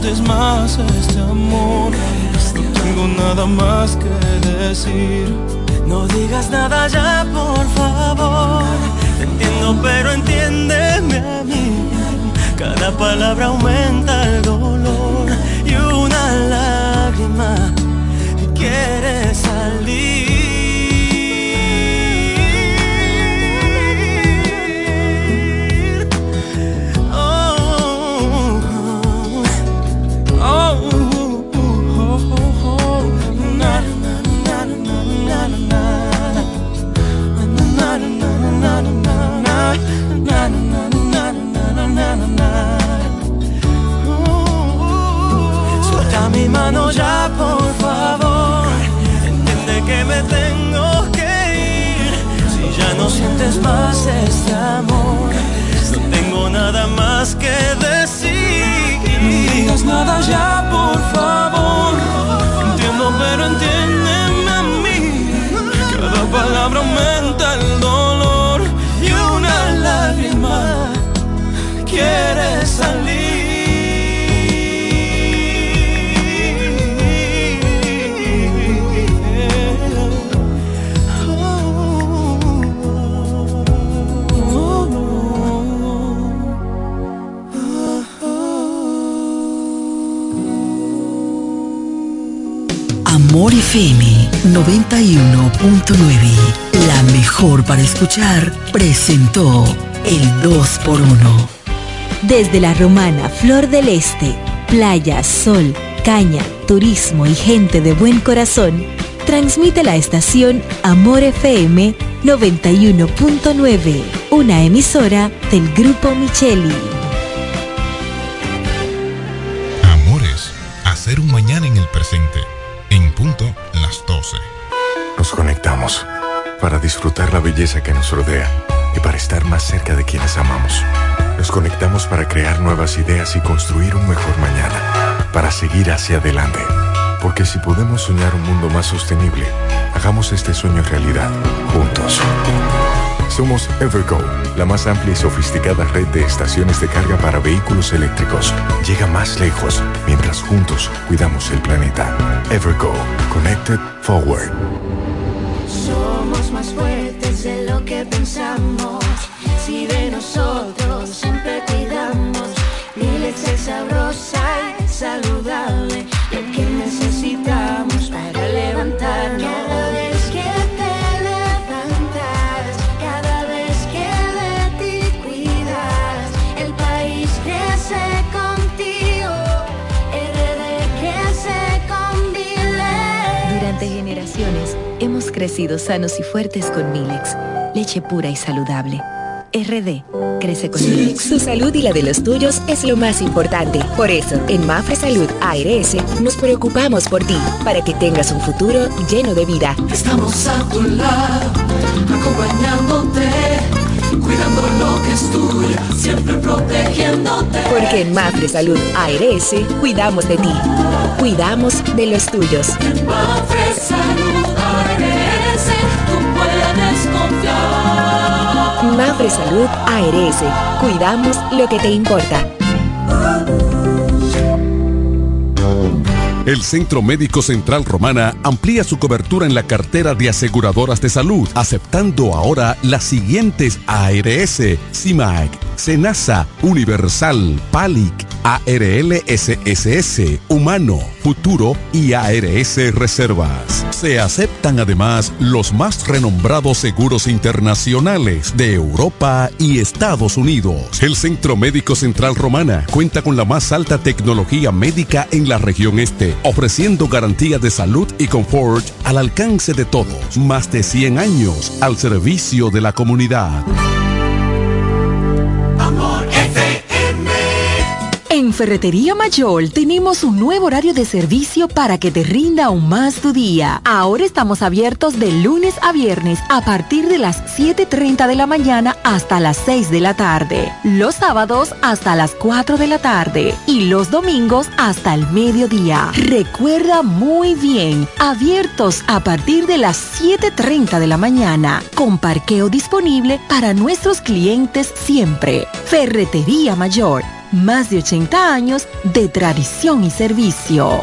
sientes más este amor, no tengo nada más que decir. No digas nada ya, por favor. Te entiendo, pero entiéndeme a mí. Cada palabra aumenta el dolor y una lágrima quiere salir. Suelta mi mano ya, por favor. Entiende que me tengo que ir. Si ya no sientes más este amor, no tengo nada más que decir. No digas nada ya, por favor. Entiendo, pero entiéndeme a mí. Cada palabra aumenta el dolor y una lágrima quiere salir. Amor FM 91.9, la mejor para escuchar, presentó el 2x1. Desde la Romana, Flor del Este, playa, sol, caña, turismo y gente de buen corazón, transmite la estación Amor FM 91.9, una emisora del Grupo Micheli. Amores, hacer un mañana en el presente, en punto las 12. Nos conectamos para disfrutar la belleza que nos rodea y para estar más cerca de quienes amamos. Nos conectamos para crear nuevas ideas y construir un mejor mañana, para seguir hacia adelante. Porque si podemos soñar un mundo más sostenible, hagamos este sueño realidad, juntos. Somos Evergo, la más amplia y sofisticada red de estaciones de carga para vehículos eléctricos. Llega más lejos mientras juntos cuidamos el planeta. Evergo, Connected Forward. Somos más fuertes de lo que pensamos. Si de nosotros siempre cuidamos, mi leche es sabrosa y saludable, lo que necesitamos para levantarnos. Cada vez que te levantas, cada vez que de ti cuidas, el país crece contigo, RD crece con Milex. Durante generaciones hemos crecido sanos y fuertes con Milex, leche pura y saludable. RD crece con Milex. Su salud y la de los tuyos es lo más importante. Por eso, en Mafre Salud ARS nos preocupamos por ti, para que tengas un futuro lleno de vida. Estamos a tu lado, acompañándote, cuidando lo que es tuyo, siempre protegiéndote. Porque en Mafre Salud ARS cuidamos de ti, cuidamos de los tuyos. En Mafre Salud ARS tú puedes confiar. Mafre Salud ARS, cuidamos lo que te importa. El Centro Médico Central Romana amplía su cobertura en la cartera de aseguradoras de salud, aceptando ahora las siguientes ARS, CIMAC, SENASA, Universal, PALIC, ARL SSS, Humano, Futuro y ARS Reservas. Se aceptan además los más renombrados seguros internacionales de Europa y Estados Unidos. El Centro Médico Central Romana cuenta con la más alta tecnología médica en la región este, ofreciendo garantía de salud y confort al alcance de todos. Más de 100 años al servicio de la comunidad. Amor FM. En Ferretería Mayor tenemos un nuevo horario de servicio para que te rinda aún más tu día. Ahora estamos abiertos de lunes a viernes a partir de las 7:30 de la mañana hasta las 6 de la tarde. Los sábados hasta las 4 de la tarde y los domingos hasta el mediodía. Recuerda muy bien, abiertos a partir de las 7:30 de la mañana, con parqueo disponible para nuestros clientes siempre. Ferretería Mayor, Más de 80 años de tradición y servicio.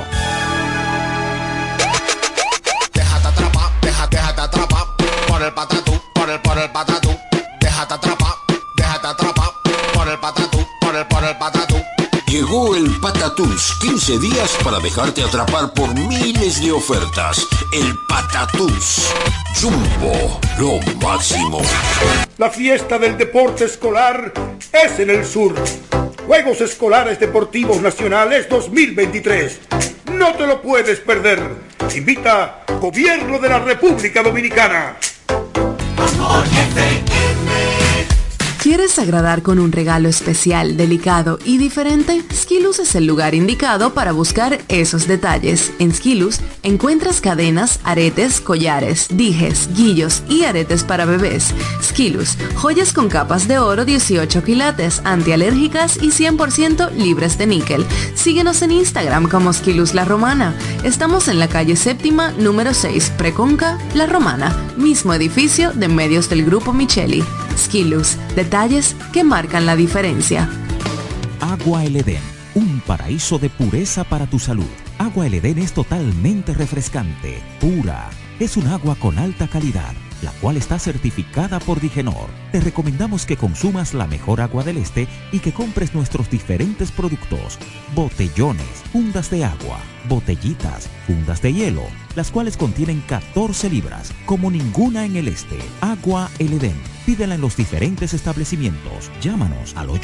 Déjate atrapar por el patatú, por el patatú. Déjate atrapar por el patatú, por el patatú. Llegó el Patatús, 15 días para dejarte atrapar por miles de ofertas. El Patatús. Jumbo, lo máximo. La fiesta del deporte escolar es en el sur. Juegos Escolares Deportivos Nacionales 2023. No te lo puedes perder. Invita Gobierno de la República Dominicana. Amor FM. ¿Quieres agradar con un regalo especial, delicado y diferente? Skilus es el lugar indicado para buscar esos detalles. En Skilus encuentras cadenas, aretes, collares, dijes, guillos y aretes para bebés. Skilus, joyas con capas de oro 18 quilates, antialérgicas y 100% libres de níquel. Síguenos en Instagram como Skilus La Romana. Estamos en la calle séptima, número 6, Preconca, La Romana, mismo edificio de medios del Grupo Micheli. Skilus, detalles que marcan la diferencia. Agua El Edén, un paraíso de pureza para tu salud. Agua El Edén es totalmente refrescante, pura. Es un agua con alta calidad, la cual está certificada por Digenor. Te recomendamos que consumas la mejor agua del este y que compres nuestros diferentes productos. Botellones, fundas de agua, botellitas, fundas de hielo, las cuales contienen 14 libras, como ninguna en el este. Agua El Edén. Pídela en los diferentes establecimientos. Llámanos al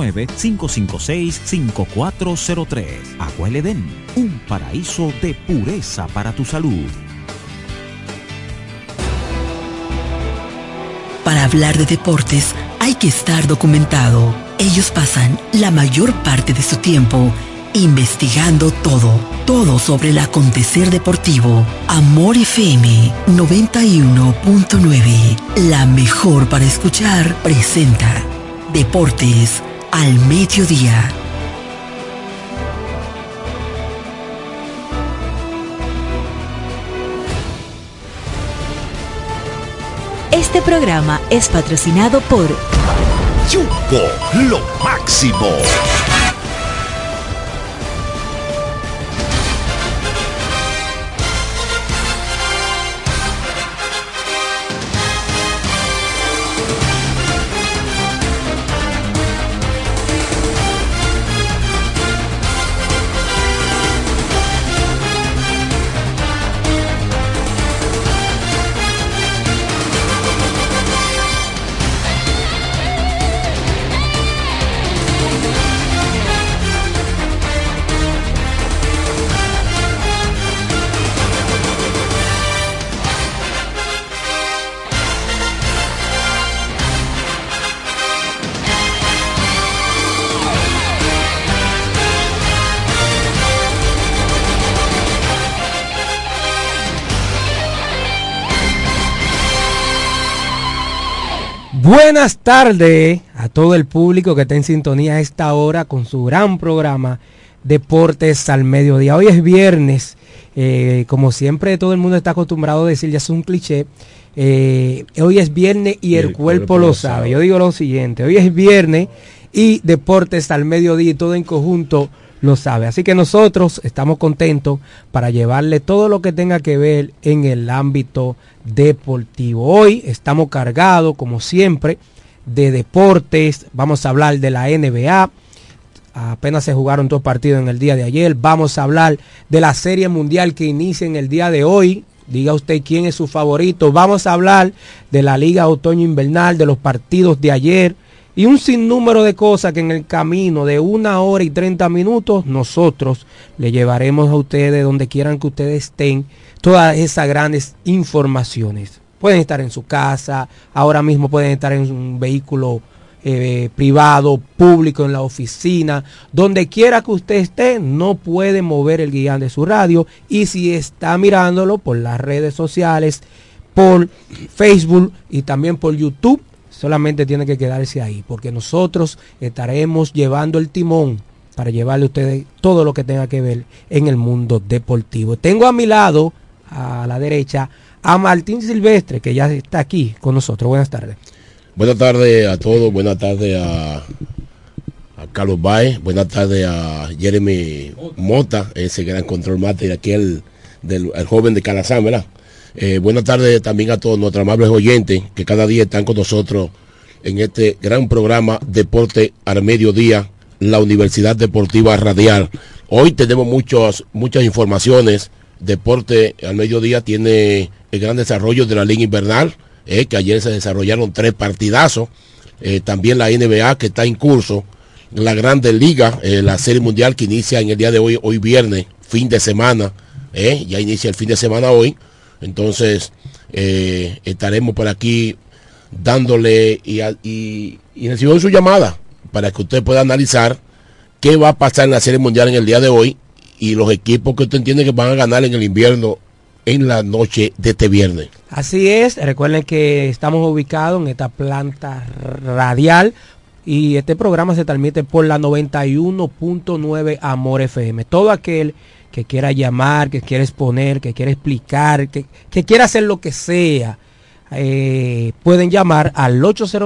809-556-5403. Agua El Edén, un paraíso de pureza para tu salud. Para hablar de deportes hay que estar documentado. Ellos pasan la mayor parte de su tiempo investigando todo sobre el acontecer deportivo. Amor FM 91.9, la mejor para escuchar, presenta Deportes al Mediodía. Este programa es patrocinado por Jumbo, lo máximo. Buenas tardes a todo el público que está en sintonía a esta hora con su gran programa Deportes al Mediodía. Hoy es viernes, como siempre todo el mundo está acostumbrado a decir, ya es un cliché, hoy es viernes y el cuerpo lo sabe. Yo digo lo siguiente, hoy es viernes y Deportes al Mediodía y todo en conjunto lo sabe. Así que nosotros estamos contentos para llevarle todo lo que tenga que ver en el ámbito deportivo. Hoy estamos cargados, como siempre, de deportes. Vamos a hablar de la NBA. Apenas se jugaron 2 partidos en el día de ayer. Vamos a hablar de la Serie Mundial que inicia en el día de hoy. Diga usted quién es su favorito. Vamos a hablar de la Liga Otoño-Invernal, de los partidos de ayer y un sinnúmero de cosas que en el camino de 1 hora y 30 minutos nosotros le llevaremos a ustedes donde quieran que ustedes estén todas esas grandes informaciones. Pueden estar en su casa, ahora mismo pueden estar en un vehículo privado, público, en la oficina, donde quiera que usted esté, no puede mover el guión de su radio, y si está mirándolo por las redes sociales, por Facebook y también por YouTube, solamente tiene que quedarse ahí, porque nosotros estaremos llevando el timón para llevarle a ustedes todo lo que tenga que ver en el mundo deportivo. Tengo a mi lado, a la derecha, a Martín Silvestre, que ya está aquí con nosotros. Buenas tardes. Buenas tardes a todos, buenas tardes a Carlos Baez, buenas tardes a Jeremy Mota, ese gran control mate de aquí el joven de Calazán, ¿verdad? Buenas tardes también a todos nuestros amables oyentes que cada día están con nosotros en este gran programa Deporte al Mediodía, la Universidad Deportiva Radial. Hoy tenemos muchas informaciones. Deporte al Mediodía tiene el gran desarrollo de la Liga Invernal, que ayer se desarrollaron 3 partidazos. También la NBA que está en curso, la Grande Liga, la Serie Mundial que inicia en el día de hoy viernes, fin de semana, ya inicia el fin de semana hoy. Entonces estaremos por aquí dándole y recibiendo su llamada para que usted pueda analizar qué va a pasar en la Serie Mundial en el día de hoy y los equipos que usted entiende que van a ganar en el invierno en la noche de este viernes. Así es, recuerden que estamos ubicados en esta planta radial y este programa se transmite por la 91.9 Amor FM. Todo aquel que quiera llamar, que quiera exponer, que quiera explicar, que quiera hacer lo que sea, pueden llamar al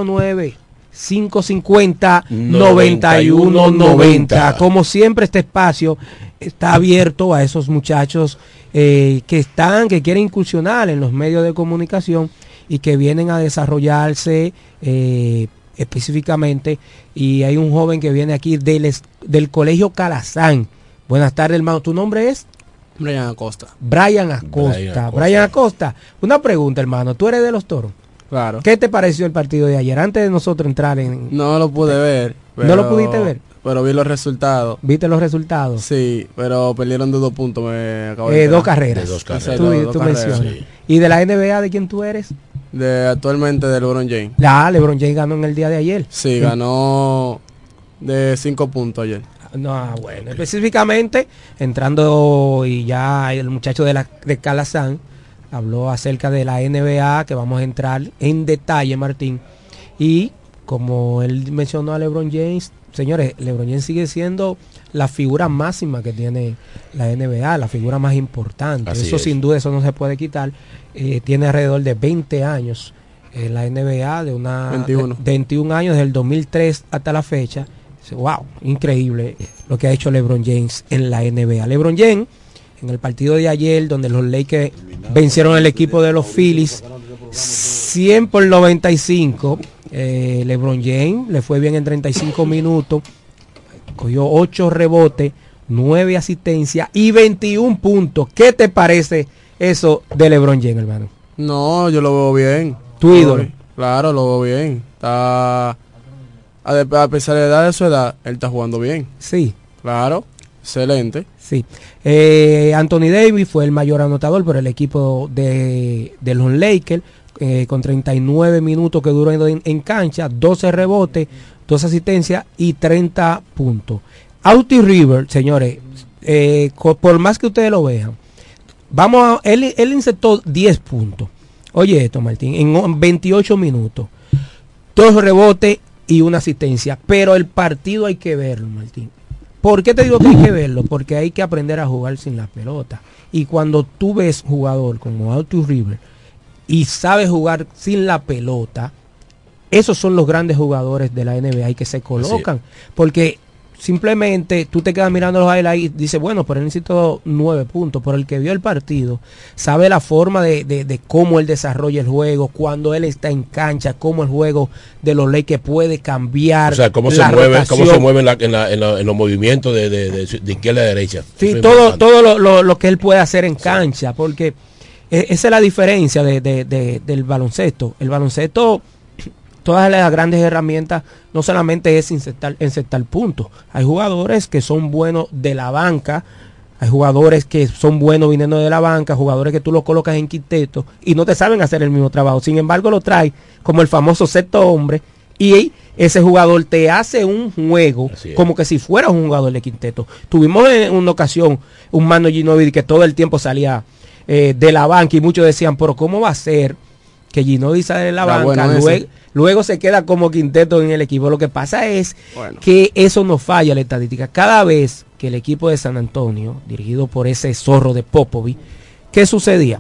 809-550-9190. Como siempre, este espacio está abierto a esos muchachos que quieren incursionar en los medios de comunicación y que vienen a desarrollarse específicamente. Y hay un joven que viene aquí del Colegio Calazán. Buenas tardes, hermano. ¿Tu nombre es? Brian Acosta. Brian Acosta. Una pregunta, hermano. ¿Tú eres de los Toros? Claro. ¿Qué te pareció el partido de ayer? Antes de nosotros entrar en... No lo pude ver. ¿No lo pudiste ver? Pero vi los resultados. ¿Viste los resultados? Sí, pero perdieron de 2 puntos. Me acabo de 2 carreras. De 2 carreras. Tú mencionas. Sí. ¿Y de la NBA de quién tú eres? Actualmente de LeBron James. LeBron James ganó en el día de ayer. Sí, ganó de 5 puntos ayer. No, bueno, específicamente entrando y ya el muchacho de Calazán habló acerca de la NBA, que vamos a entrar en detalle, Martín. Y como él mencionó a LeBron James, señores, LeBron James sigue siendo la figura máxima que tiene la NBA, la figura más importante. Así eso es. Sin duda, eso no se puede quitar. Tiene alrededor de 20 años en la NBA, 21 años, desde el 2003 hasta la fecha. Wow, increíble lo que ha hecho LeBron James en la NBA. LeBron James, en el partido de ayer, donde los Lakers vencieron al equipo de los Phillies 100-95, LeBron James le fue bien en 35 minutos, cogió 8 rebotes, 9 asistencias y 21 puntos. ¿Qué te parece eso de LeBron James, hermano? No, yo lo veo bien. ¿Tu ídolo? Claro, lo veo bien. Está... A pesar de la edad de su edad, él está jugando bien. Sí. Claro, excelente. Sí. Anthony Davis fue el mayor anotador por el equipo de los Lakers, con 39 minutos que duró en cancha, 12 rebotes, 2 asistencias y 30 puntos. Austin Rivers, señores, por más que ustedes lo vean, él insertó 10 puntos. Oye esto, Martín, en 28 minutos, 2 rebotes y 1 asistencia, pero el partido hay que verlo, Martín. ¿Por qué te digo que hay que verlo? Porque hay que aprender a jugar sin la pelota. Y cuando tú ves jugador como Austin Rivers y sabes jugar sin la pelota, esos son los grandes jugadores de la NBA y que se colocan. Porque simplemente tú te quedas mirando los highlights y dices, bueno, pero él necesitó 9 puntos. Pero el que vio el partido sabe la forma de cómo él desarrolla el juego, cuando él está en cancha, cómo el juego de los Lakers puede cambiar. O sea, cómo se mueve en los movimientos de izquierda a derecha. Sí, todo lo que él puede hacer en cancha, porque esa es la diferencia del baloncesto. El baloncesto, todas las grandes herramientas, no solamente es insertar puntos. Hay jugadores que son buenos de la banca, hay jugadores que son buenos viniendo de la banca, jugadores que tú los colocas en quinteto y no te saben hacer el mismo trabajo. Sin embargo, lo trae como el famoso sexto hombre y ese jugador te hace un juego como que si fuera un jugador de quinteto. Tuvimos en una ocasión un Manu Ginóbili que todo el tiempo salía de la banca y muchos decían, pero ¿cómo va a ser que Ginóbili sale de la banca, luego se queda como quinteto en el equipo? Lo que pasa es que eso no falla la estadística. Cada vez que el equipo de San Antonio, dirigido por ese zorro de Popovich, ¿qué sucedía?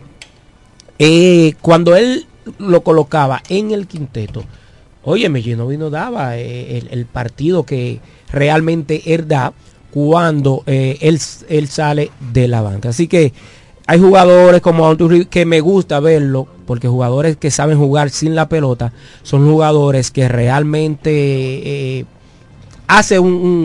Cuando él lo colocaba en el quinteto, óyeme, Ginóbili no daba el partido que realmente él da cuando él sale de la banca. Así que hay jugadores como Anthony que me gusta verlo, porque jugadores que saben jugar sin la pelota son jugadores que realmente hace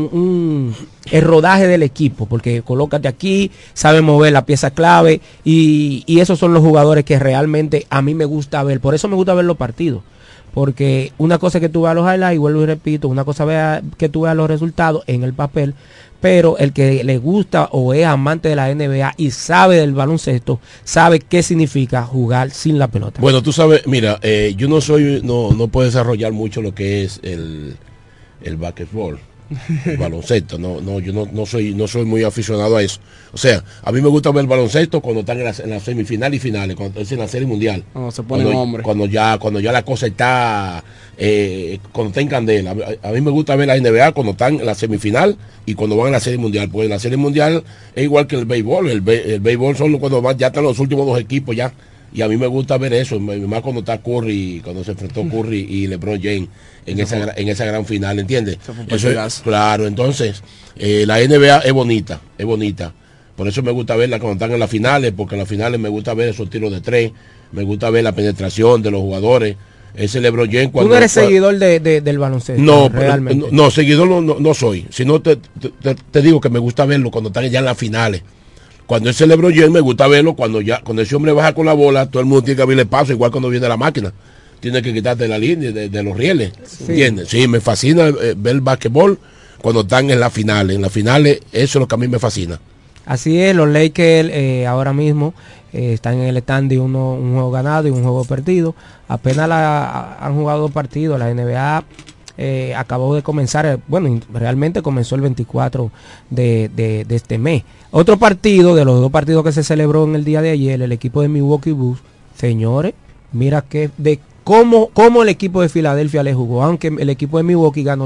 el rodaje del equipo, porque colócate aquí, sabe mover la pieza clave y esos son los jugadores que realmente a mí me gusta ver. Por eso me gusta ver los partidos, porque una cosa es que tú veas los highlights, y vuelvo y repito, una cosa es que tú veas los resultados en el papel, pero el que le gusta o es amante de la NBA y sabe del baloncesto, sabe qué significa jugar sin la pelota. Bueno, tú sabes, mira, yo no puedo desarrollar mucho lo que es el básquetbol, el baloncesto, yo no soy muy aficionado a eso. O sea, a mí me gusta ver el baloncesto cuando están en la semifinal y finales, cuando es en la serie mundial. Se ponen hombres. Cuando ya la cosa está, cuando está en candela. A mí me gusta ver la NBA cuando están en la semifinal y cuando van a la serie mundial. Pues la serie mundial es igual que el béisbol. El béisbol son cuando ya están los últimos dos equipos ya. Y a mí me gusta ver eso, más cuando está Curry, cuando se enfrentó Curry y LeBron James en esa gran final, ¿entiendes? Eso es, claro, entonces la NBA es bonita. Por eso me gusta verla cuando están en las finales, porque en las finales me gusta ver esos tiros de tres, me gusta ver la penetración de los jugadores. Ese LeBron James cuando... ¿Tú no eres seguidor del baloncesto? No, realmente. No, seguidor no soy. Sino te digo que me gusta verlo cuando están ya en las finales. Cuando ese LeBron James me gusta verlo cuando ese hombre baja con la bola, todo el mundo tiene que abrirle paso, igual cuando viene la máquina. Tiene que quitarte la línea de los rieles. Sí. ¿Entiendes? Sí, me fascina ver el básquetbol cuando están en las finales. En las finales, eso es lo que a mí me fascina. Así es, los Lakers ahora mismo están en el stand de un juego ganado y un juego perdido. Apenas han jugado 2 partidos. La NBA acabó de comenzar, realmente comenzó el 24 de este mes. Otro partido, de los 2 partidos que se celebró en el día de ayer, el equipo de Milwaukee Bucks, señores, mira cómo el equipo de Filadelfia le jugó, aunque el equipo de Milwaukee ganó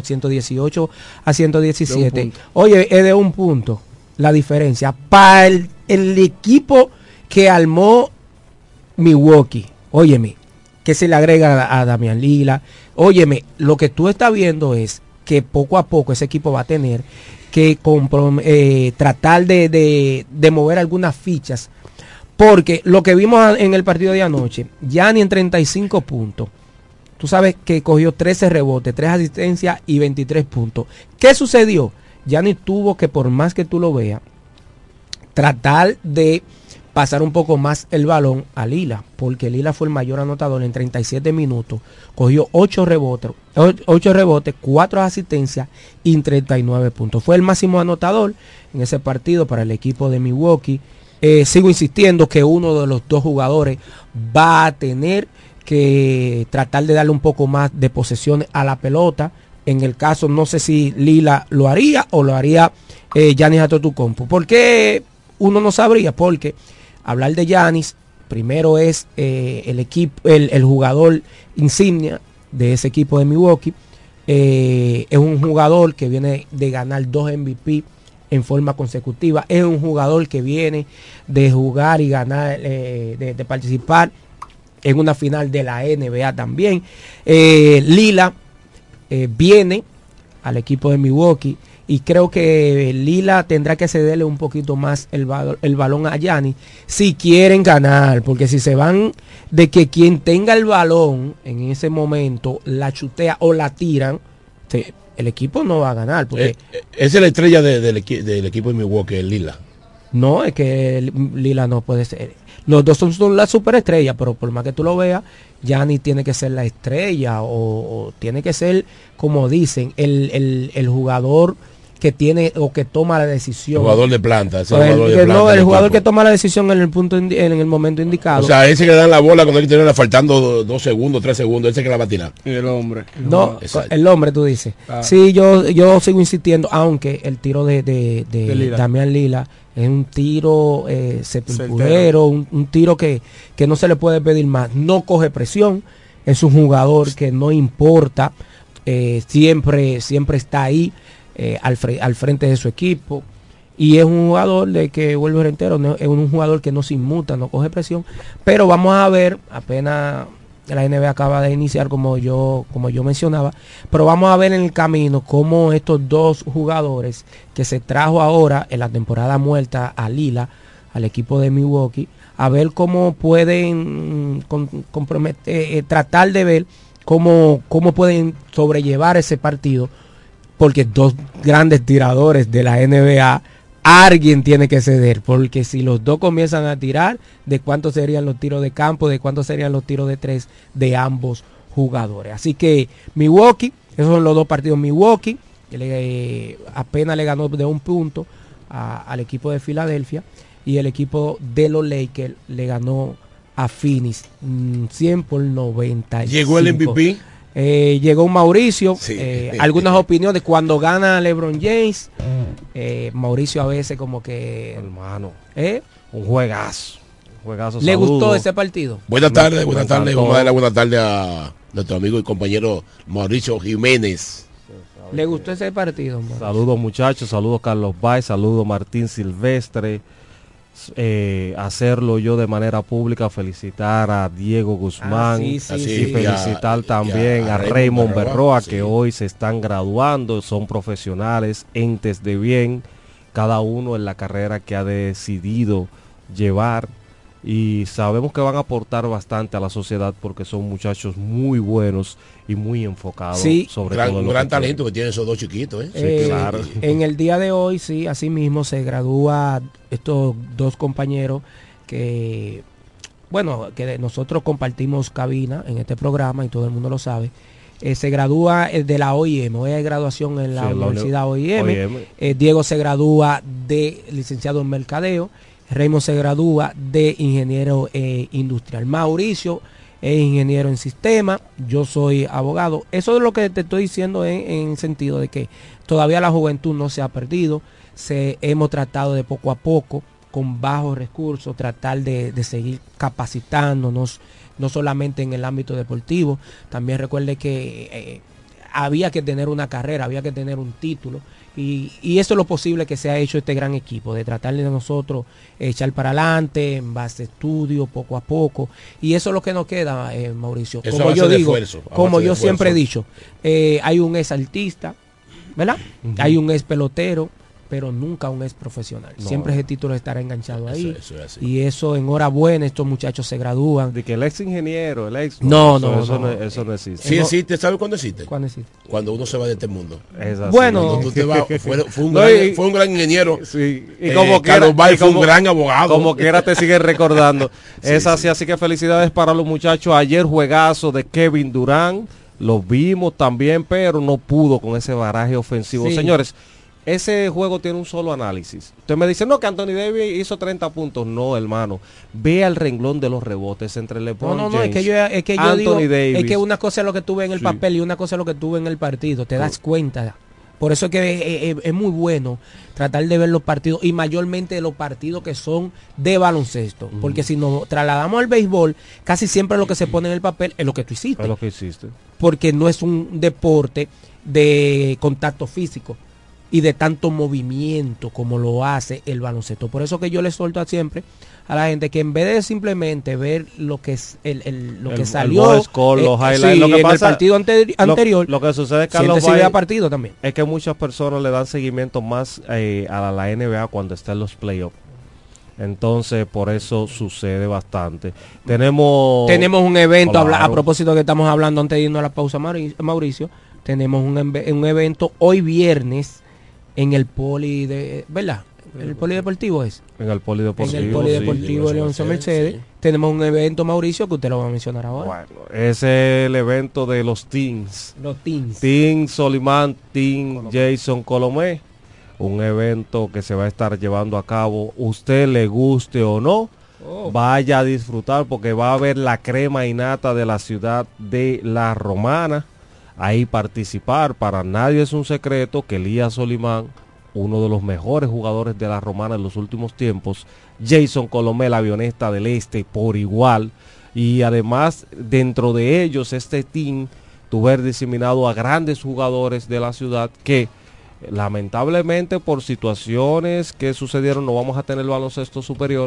118-117. Oye, es de 1 punto la diferencia para el equipo que armó Milwaukee. Óyeme, que se le agrega a Damian Lillard. Óyeme, lo que tú estás viendo es que poco a poco ese equipo va a tener que tratar de mover algunas fichas, porque lo que vimos en el partido de anoche, Giannis en 35 puntos, tú sabes que cogió 13 rebotes, 3 asistencias y 23 puntos. ¿Qué sucedió? Giannis tuvo que, por más que tú lo veas, tratar de pasar un poco más el balón a Lillard, porque Lillard fue el mayor anotador en 37 minutos, cogió 8 rebotes, 4 asistencias y 39 puntos. Fue el máximo anotador en ese partido para el equipo de Milwaukee. Sigo insistiendo que uno de los 2 jugadores va a tener que tratar de darle un poco más de posesión a la pelota. En el caso, no sé si Lillard lo haría o lo haría Giannis Antetokounmpo. ¿Por qué uno no sabría? Porque hablar de Giannis, primero es el jugador insignia de ese equipo de Milwaukee. Es un jugador que viene de ganar 2 MVP en forma consecutiva. Es un jugador que viene de jugar y ganar, de participar en una final de la NBA también. Lillard viene al equipo de Milwaukee y creo que Lillard tendrá que cederle un poquito más el balón a Giannis si quieren ganar, porque si se van de que quien tenga el balón en ese momento la chutea o la tiran, el equipo no va a ganar. Porque esa es la estrella del equipo de Milwaukee, el Lillard. No, es que Lillard no puede ser. Los dos son las superestrellas, pero por más que tú lo veas, Giannis tiene que ser la estrella o tiene que ser, como dicen, el jugador que tiene o que toma la decisión. El jugador de planta. El jugador que toma la decisión en el momento indicado. O sea, ese que le dan la bola cuando hay que tenerla faltando 2 segundos, 3 segundos, ese que la va a tirar. Y el hombre. No, el hombre tú dices. Ah. Sí, yo sigo insistiendo, aunque el tiro de Damian Lillard es un tiro sepulturero, un tiro que no se le puede pedir más. No coge presión, es un jugador que no importa, siempre está ahí. Al frente de su equipo, y es un jugador de que vuelve entero, es un jugador que no se inmuta, no coge presión, pero vamos a ver, apenas La NBA acaba de iniciar, como yo mencionaba, pero vamos a ver en el camino cómo estos dos jugadores que se trajo ahora en la temporada muerta a Lila, al equipo de Milwaukee, a ver cómo pueden tratar de ver cómo pueden sobrellevar ese partido, porque dos grandes tiradores de la NBA, alguien tiene que ceder, porque si los dos comienzan a tirar, ¿de cuántos serían los tiros de campo? ¿De cuántos serían los tiros de tres de ambos jugadores? Así que Milwaukee, esos son los dos partidos. Milwaukee, que apenas le ganó de 1 punto al equipo de Filadelfia, y el equipo de los Lakers le ganó a Phoenix 100-90. ¿Llegó el MVP? Llegó Mauricio. Sí. Algunas opiniones cuando gana LeBron James. Mauricio a veces como que, hermano, un juegazo. ¿Le gustó ese partido? Buenas tardes. Vamos a darle buenas tardes a nuestro amigo y compañero Mauricio Jiménez. ¿Le gustó ese partido, Mauricio? Saludos, muchachos, saludos Carlos Bay, saludos Martín Silvestre. Hacerlo yo de manera pública, felicitar a Diego Guzmán y felicitar también a Raymond Berroa, que hoy se están graduando, son profesionales, entes de bien, cada uno en la carrera que ha decidido llevar, y sabemos que van a aportar bastante a la sociedad porque son muchachos muy buenos y muy enfocados, sobre todo un gran talento que tienen esos dos chiquitos. Sí, claro. En el día de hoy, sí, así mismo se gradúa estos dos compañeros que, bueno, que nosotros compartimos cabina en este programa y todo el mundo lo sabe. Se gradúa de la OIM, hoy hay graduación en la Universidad OIM. Diego se gradúa de licenciado en mercadeo. Raymond se gradúa de ingeniero industrial. Mauricio es ingeniero en sistema. Yo soy abogado. Eso es lo que te estoy diciendo en sentido de que todavía la juventud no se ha perdido. Hemos tratado de poco a poco, con bajos recursos, tratar de seguir capacitándonos, no solamente en el ámbito deportivo. También recuerde que había que tener una carrera, había que tener un título. Y eso es lo posible que se ha hecho este gran equipo, de tratar de nosotros echar para adelante en base a estudio, poco a poco. Y eso es lo que nos queda, Mauricio. Eso como yo digo, como yo esfuerzo. siempre he dicho, hay un ex artista, ¿verdad? Hay un ex pelotero, pero nunca un ex profesional. No. Siempre ese título estará enganchado ahí. Eso es así. Y eso, enhorabuena, estos muchachos se gradúan. De que el ex ingeniero, el ex... No existe. Sí existe, ¿sabe cuándo existe? ¿Cuándo existe? Cuando uno se va de este mundo. Bueno, cuando tú te vas, fue un gran ingeniero. Sí. Y como Carlos Bay fue un gran abogado. Como quiera te siguen recordando. Es así, así que felicidades para los muchachos. Ayer juegazo de Kevin Durant. Lo vimos también, pero no pudo con ese baraje ofensivo. Sí. Señores, ese juego tiene un solo análisis. Usted me dice, no, que Anthony Davis hizo 30 puntos. No, hermano. Vea el renglón de los rebotes entre LeBron James, es que yo digo, Davis. Es que una cosa es lo que tuve en el papel y una cosa es lo que tuve en el partido. Te das cuenta. Por eso es que es muy bueno tratar de ver los partidos, y mayormente los partidos que son de baloncesto. Porque si nos trasladamos al béisbol, casi siempre lo que se pone en el papel es lo que tú hiciste. Es lo que hiciste. Porque no es un deporte de contacto físico y de tanto movimiento como lo hace el baloncesto. Por eso que yo le suelto siempre a la gente que en vez de simplemente ver lo que es lo que salió, los highlights, lo que en pasa, el partido anterior, lo que sucede, Carlos, sigue a partido también. Es que muchas personas le dan seguimiento más a la NBA cuando está en los playoffs. Entonces, por eso sucede bastante. Tenemos un evento, claro. A propósito que estamos hablando antes de irnos a la pausa, Mauricio, tenemos un evento hoy viernes en el poli de, ¿verdad? El polideportivo es. En el polideportivo. En el polideportivo de Leoncio Mercedes. Tenemos un evento, Mauricio, que usted lo va a mencionar ahora. Bueno, es el evento de los teams. Los teams. Team Solimán, Team Jason Colomé. Un evento que se va a estar llevando a cabo, usted le guste o no, vaya a disfrutar porque va a haber la crema innata de la ciudad de La Romana. Ahí participar, para nadie es un secreto que Elías Solimán, uno de los mejores jugadores de La Romana en los últimos tiempos, Jason Colomé, la avioneta del este, por igual, y además dentro de ellos este team tuvo diseminado a grandes jugadores de la ciudad que lamentablemente por situaciones que sucedieron no vamos a tener el baloncesto superior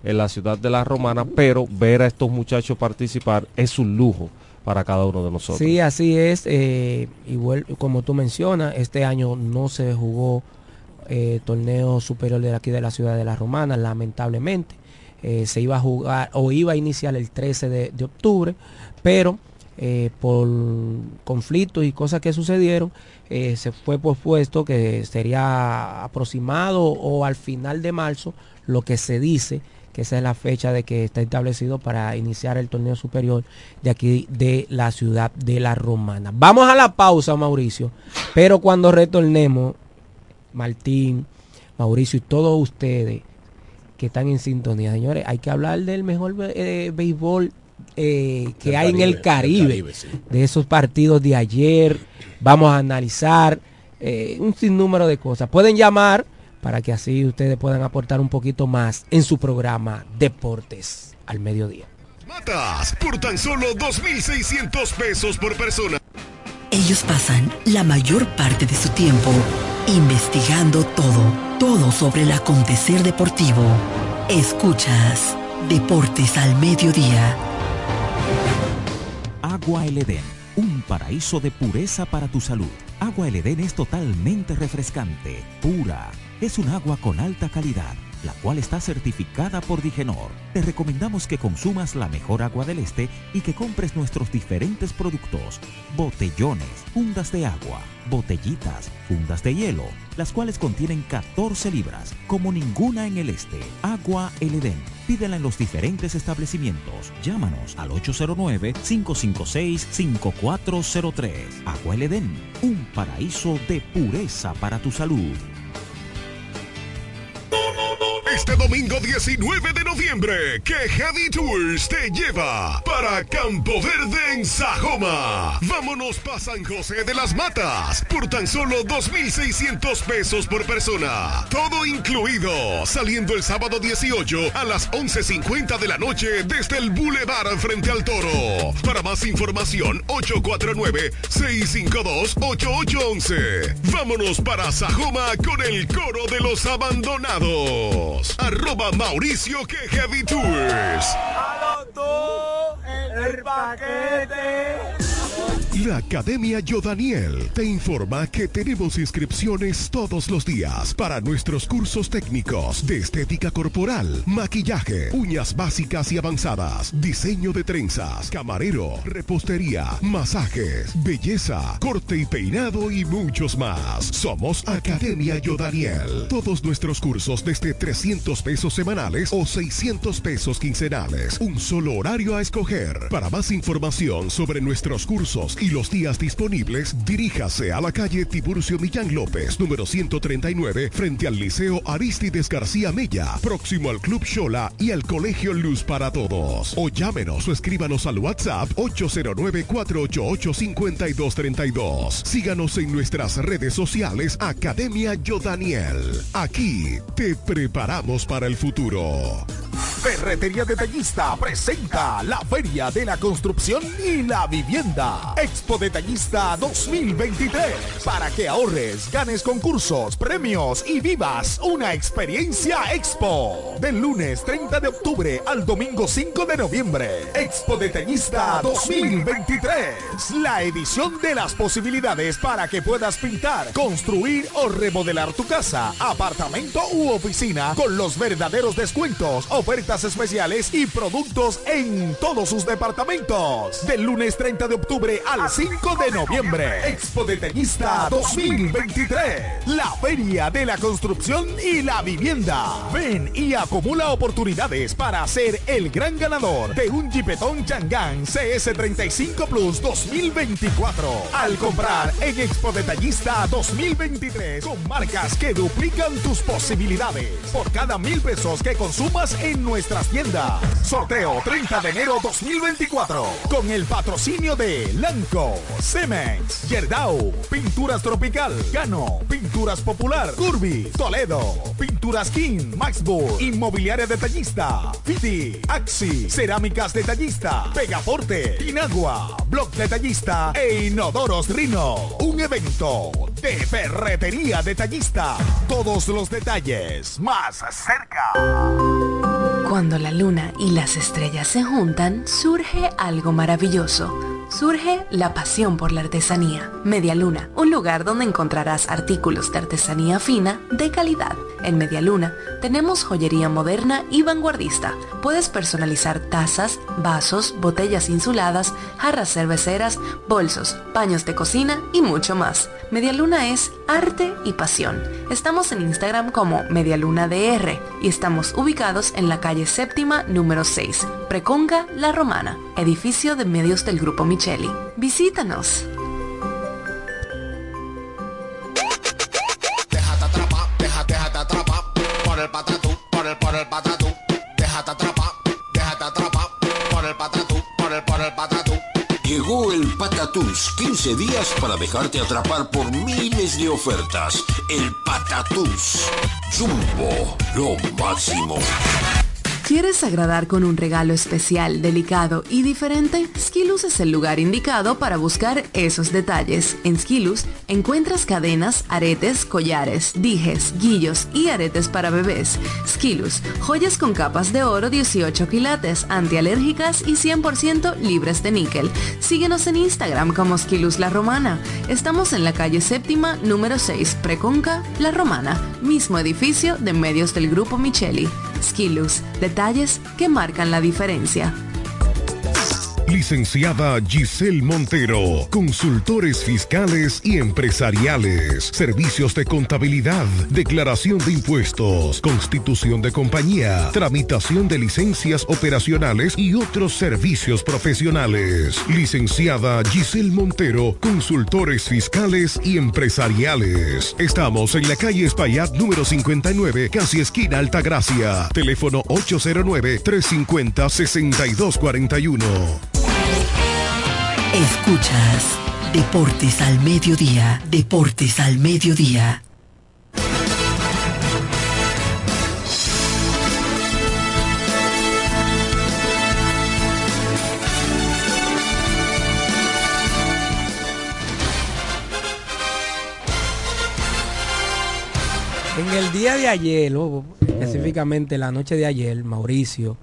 en la ciudad de La Romana, pero ver a estos muchachos participar es un lujo para cada uno de nosotros. Sí, así es. Igual como tú mencionas, este año no se jugó torneo superior de aquí de la ciudad de La Romana, lamentablemente. Se iba a jugar o iba a iniciar el 13 de octubre, pero por conflictos y cosas que sucedieron, se fue pospuesto, que sería aproximado o al final de marzo, lo que se dice que esa es la fecha de que está establecido para iniciar el torneo superior de aquí de la ciudad de La Romana. Vamos a la pausa, Mauricio, pero cuando retornemos, Martín, Mauricio y todos ustedes que están en sintonía, señores, hay que hablar del mejor béisbol que hay en el Caribe, sí. De esos partidos de ayer. Vamos a analizar un sinnúmero de cosas. Pueden llamar para que así ustedes puedan aportar un poquito más en su programa Deportes al Mediodía. Matas por tan solo 2.600 pesos por persona. Ellos pasan la mayor parte de su tiempo investigando todo sobre el acontecer deportivo. Escuchas Deportes al Mediodía. Agua El Edén, un paraíso de pureza para tu salud. Agua El Edén es totalmente refrescante, pura. Es un agua con alta calidad, la cual está certificada por Digenor. Te recomendamos que consumas la mejor agua del este y que compres nuestros diferentes productos: botellones, fundas de agua, botellitas, fundas de hielo, las cuales contienen 14 libras, como ninguna en el este. Agua El Edén. Pídela en los diferentes establecimientos. Llámanos al 809-556-5403. Agua El Edén, un paraíso de pureza para tu salud. Este domingo 19 de noviembre, que Heavy Tours te lleva para Campo Verde en Sajoma. Vámonos para San José de las Matas por tan solo 2.600 pesos por persona. Todo incluido, saliendo el sábado 18 a las 11:50 de la noche desde el Boulevard frente al Toro. Para más información, 849-652-8811. Vámonos para Sajoma con el coro de los abandonados. @Mauricio que Heavy Tours. El paquete. La Academia Yodaniel te informa que tenemos inscripciones todos los días para nuestros cursos técnicos de estética corporal, maquillaje, uñas básicas y avanzadas, diseño de trenzas, camarero, repostería, masajes, belleza, corte y peinado y muchos más. Somos Academia Yodaniel. Todos nuestros cursos desde 300 pesos semanales o 600 pesos quincenales. Un solo horario a escoger. Para más información sobre nuestros cursos y los días disponibles, diríjase a la calle Tiburcio Millán López, número 139, frente al Liceo Arístides García Mella, próximo al Club Xola y al Colegio Luz para Todos. O llámenos o escríbanos al WhatsApp 809-488-5232. Síganos en nuestras redes sociales Academia Yodaniel. Aquí te preparamos para el futuro. Ferretería Detallista presenta la Feria de la Construcción y la Vivienda. Expo Detallista 2023. Para que ahorres, ganes concursos, premios y vivas una experiencia Expo. Del lunes 30 de octubre al domingo 5 de noviembre. Expo Detallista 2023. La edición de las posibilidades para que puedas pintar, construir o remodelar tu casa, apartamento u oficina con los verdaderos descuentos, ofertas especiales y productos en todos sus departamentos. Del lunes 30 de octubre al 5 de noviembre. Expo Detallista 2023. La Feria de la Construcción y la Vivienda. Ven y acumula oportunidades para ser el gran ganador de un Jeepetón Changán CS35 Plus 2024. Al comprar en Expo Detallista 2023 con marcas que duplican tus posibilidades. Por cada 1,000 pesos que consumas en nuestras tiendas. Sorteo 30 de enero 2024. Con el patrocinio de Lanco, Cemex, Yerdau, Pinturas Tropical, Gano, Pinturas Popular, Curvi, Toledo, Pinturas King, Maxburg, Inmobiliaria Detallista, Fiti, Axi, Cerámicas Detallista, Pegaforte, Inagua, Block Detallista e Inodoros Rino. Un evento de Ferretería Detallista. Todos los detalles más cerca. Cuando la luna y las estrellas se juntan, surge algo maravilloso. Surge la pasión por la artesanía. Media Luna, un lugar donde encontrarás artículos de artesanía fina de calidad. En Media Luna tenemos joyería moderna y vanguardista. Puedes personalizar tazas, vasos, botellas insuladas, jarras cerveceras, bolsos, paños de cocina y mucho más. Media Luna es arte y pasión. Estamos en Instagram como MediaLunaDR y estamos ubicados en la calle Séptima número 6, Preconga La Romana, edificio de medios del Grupo Micheli. Visítanos. Déjate atrapar por el patatú, por el patatú. Déjate atrapar por el patatú, por el patatú. Llegó el Patatús, 15 días para dejarte atrapar por miles de ofertas. El Patatús. Jumbo, lo máximo. ¿Quieres agradar con un regalo especial, delicado y diferente? Skilus es el lugar indicado para buscar esos detalles. En Skilus encuentras cadenas, aretes, collares, dijes, guillos y aretes para bebés. Skilus, joyas con capas de oro 18 quilates, antialérgicas y 100% libres de níquel. Síguenos en Instagram como Skilus La Romana. Estamos en la calle Séptima número 6, Preconca La Romana, mismo edificio de medios del Grupo Micheli. Skilus, detalles que marcan la diferencia. Licenciada Giselle Montero, consultores fiscales y empresariales, servicios de contabilidad, declaración de impuestos, constitución de compañía, tramitación de licencias operacionales y otros servicios profesionales. Licenciada Giselle Montero, consultores fiscales y empresariales. Estamos en la calle Espaillat número 59, casi esquina Altagracia. Teléfono 809-350-6241. Escuchas Deportes al Mediodía. Deportes al Mediodía. En el día de ayer, específicamente la noche de ayer, Mauricio,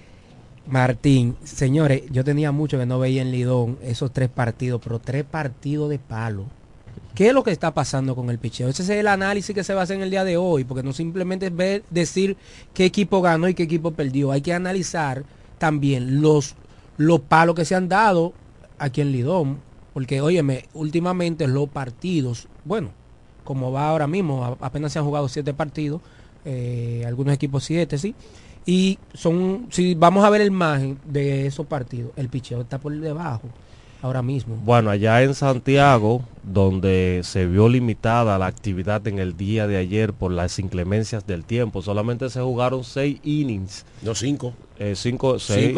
Martín, señores, yo tenía mucho que no veía en Lidón esos 3 partidos, pero 3 partidos de palo. ¿Qué es lo que está pasando con el picheo? Ese es el análisis que se va a hacer en el día de hoy, porque no simplemente es decir qué equipo ganó y qué equipo perdió. Hay que analizar también los palos que se han dado aquí en Lidón, porque, óyeme, últimamente los partidos, bueno, como va ahora mismo, apenas se han jugado 7 partidos, algunos equipos 7, sí. Y si vamos a ver el margen de esos partidos, el picheo está por debajo ahora mismo. Bueno, allá en Santiago, donde se vio limitada la actividad en el día de ayer por las inclemencias del tiempo, solamente se jugaron 6 innings. No, 5. 5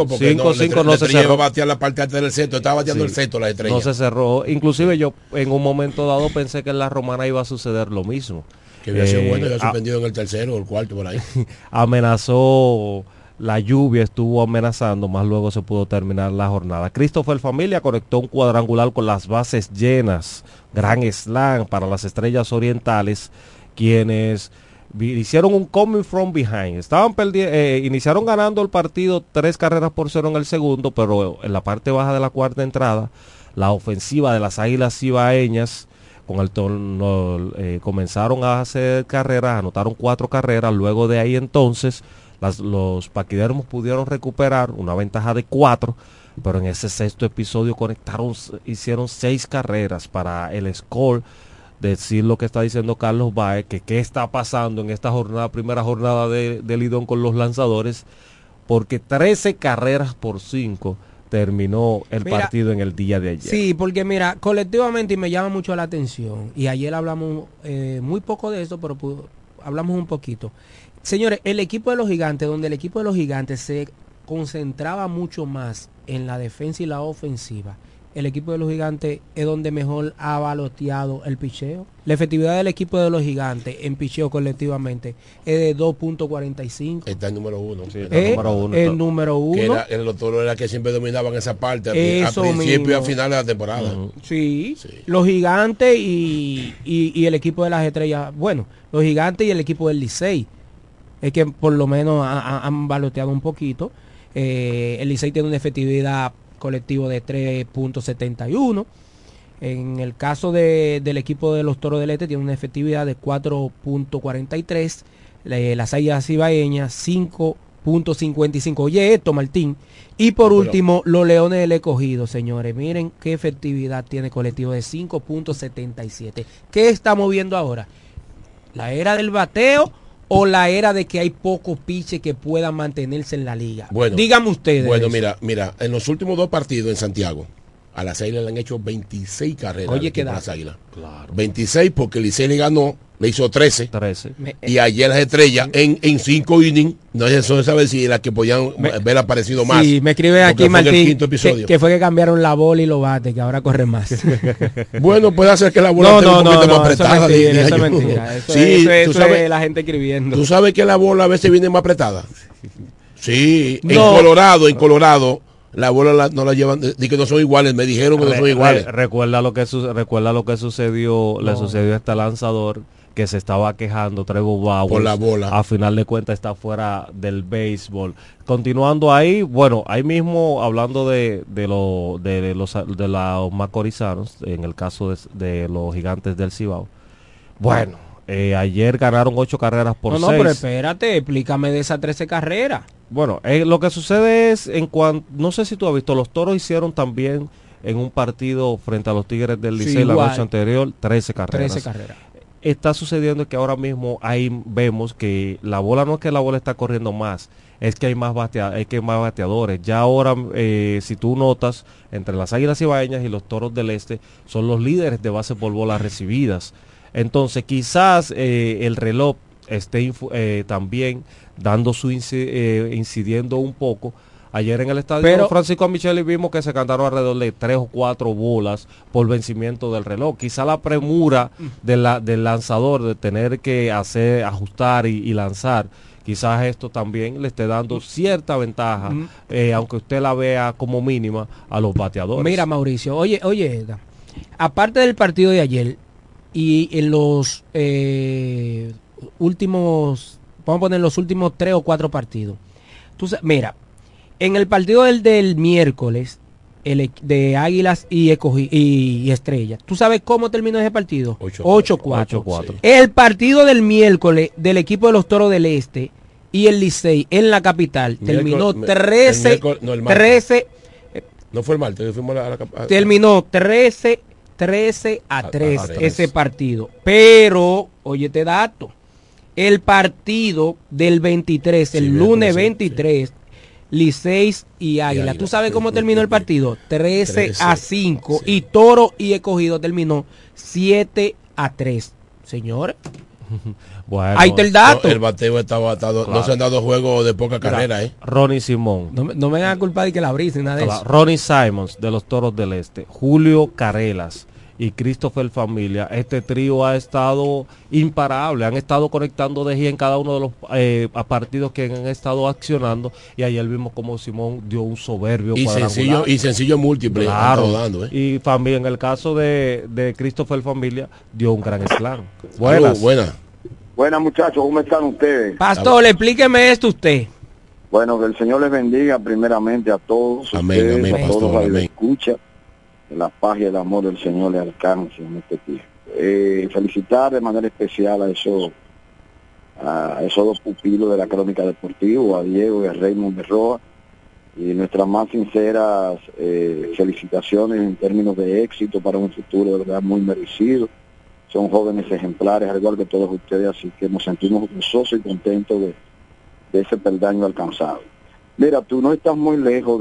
no se cerró. Batear la parte alta del centro, estaba bateando el centro la estrella. No se cerró. Inclusive yo en un momento dado pensé que en la Romana iba a suceder lo mismo. Que había sido bueno, había suspendido en el tercero o el cuarto por ahí. Amenazó, la lluvia estuvo amenazando, más luego se pudo terminar la jornada. Christopher Familia conectó un cuadrangular con las bases llenas. Gran slam para las Estrellas Orientales, quienes hicieron un coming from behind. Iniciaron ganando el partido 3-0 en el segundo, pero en la parte baja de la cuarta entrada, la ofensiva de las Águilas Cibaeñas con el torno, comenzaron a hacer carreras, anotaron 4 carreras. Luego de ahí entonces los paquidermos pudieron recuperar una ventaja de 4, pero en ese sexto episodio hicieron 6 carreras para el score. Decir lo que está diciendo Carlos Baez, que qué está pasando en esta primera jornada de Lidón con los lanzadores, porque 13 carreras por 5 terminó el partido en el día de ayer. Sí, porque mira, colectivamente, y me llama mucho la atención, y ayer hablamos muy poco de eso, pero hablamos un poquito. Señores, el equipo de los Gigantes, donde el equipo de los Gigantes se concentraba mucho más en la defensa y la ofensiva, el equipo de los Gigantes es donde mejor ha baloteado el picheo. La efectividad del equipo de los Gigantes en picheo colectivamente es de 2.45. Está el número 1. Sí, el número 1. Los Toros era que siempre dominaban esa parte al principio y al final de la temporada. Sí, los Gigantes y el equipo de las Estrellas. Bueno, los Gigantes y el equipo del Licey. es que por lo menos han baloteado un poquito. El Licey tiene una efectividad colectivo de 3.71. En el caso del equipo de los Toros del Este tiene una efectividad de 4.43. Las Águilas Cibaeñas 5.55. Oye esto, Martín. Y por último, los Leones del Escogido, señores. Miren qué efectividad tiene colectivo de 5.77. ¿Qué estamos viendo ahora? ¿La era del bateo o la era de que hay pocos piches que puedan mantenerse en la liga? Bueno, díganme ustedes. Bueno, mira, en los últimos 2 partidos en Santiago, a las Águilas le han hecho 26 carreras. Oye, ¿qué da? Las Águilas. Claro. 26 porque el Licey le ganó, le hizo 13. Y ayer las Estrellas en 5 innings, no se sabe si las que podían haber aparecido más. Sí, me escribe aquí Martín que fue que cambiaron la bola y los bates, que ahora corre más. Bueno, puede ser que la bola esté un poquito más apretada. Eso es mentira. Eso es la gente escribiendo. ¿Tú sabes que la bola a veces viene más apretada? Sí, en Colorado. La bola no la llevan, di que no son iguales, me dijeron que no son iguales. Recuerda lo que sucedió, le sucedió a este lanzador que se estaba quejando, Trevor Bauer, por la bola. A final de cuentas está fuera del béisbol. Continuando ahí, bueno, ahí mismo hablando de los macorizanos, en el caso de los Gigantes del Cibao. Bueno, ayer ganaron 8 carreras por 6. No, pero espérate, explícame de esas 13 carreras. Bueno, lo que sucede es, no sé si tú has visto, los Toros hicieron también en un partido frente a los Tigres del Licey la noche anterior 13 carreras. Está sucediendo que ahora mismo ahí vemos que la bola no es que la bola está corriendo más, es que hay más bateadores. Ya ahora, si tú notas, entre las Águilas Cibaeñas y los Toros del Este son los líderes de base por bolas recibidas. Entonces quizás el reloj esté también dando incidiendo un poco. Ayer en el estadio Francisco Micheli vimos que se cantaron alrededor de 3 o 4 bolas por vencimiento del reloj. Quizá la premura del lanzador de tener que ajustar y lanzar, quizás esto también le esté dando cierta ventaja, aunque usted la vea como mínima, a los bateadores. Mira, Mauricio, oye, Edgar, aparte del partido de ayer y en los últimos, vamos a poner los últimos 3 o 4 partidos. Mira, en el partido del miércoles, de Águilas y Estrellas, ¿tú sabes cómo terminó ese partido? 8-4. El partido del miércoles del equipo de los Toros del Este y el Licey en la capital terminó 13. No fue el martes, fuimos terminó 13 a 3 ese partido. Pero, oye este dato, el partido del 23, el lunes 23, Licey y Águila. ¿Tú sabes cómo terminó el partido? 13 a 5. Sí. Y Toro y Escogido terminó 7 a 3. Señores. Bueno, ahí está el dato. El bateo estaba atado. Claro. No se han dado juegos de poca carrera. Ronnie Simón. No me van a culpar de que la brisa, nada de eso. Ronnie Simons de los Toros del Este. Julio Carelas y Christopher Familia, este trío ha estado imparable, han estado conectando de en cada uno de los partidos que han estado accionando, y ayer vimos como Simón dio un soberbio cuadrangular. Sencillo múltiple, claro, dando, y también en el caso de Christopher Familia dio un gran slam. Buenas muchachos, ¿cómo están ustedes? Pastor, explíqueme esto usted. Bueno, que el Señor les bendiga primeramente a todos. Amén, ustedes, amén, a todos pastor, amén. Escucha. La paz y el amor del Señor le alcance en este tiempo. Felicitar de manera especial a esos 2 pupilos de la crónica deportiva, a Diego y a Raymond Berroa, y nuestras más sinceras felicitaciones en términos de éxito para un futuro de verdad muy merecido. Son jóvenes ejemplares, al igual que todos ustedes, así que nos sentimos gozosos y contentos de ese peldaño alcanzado. Mira, tú no estás muy lejos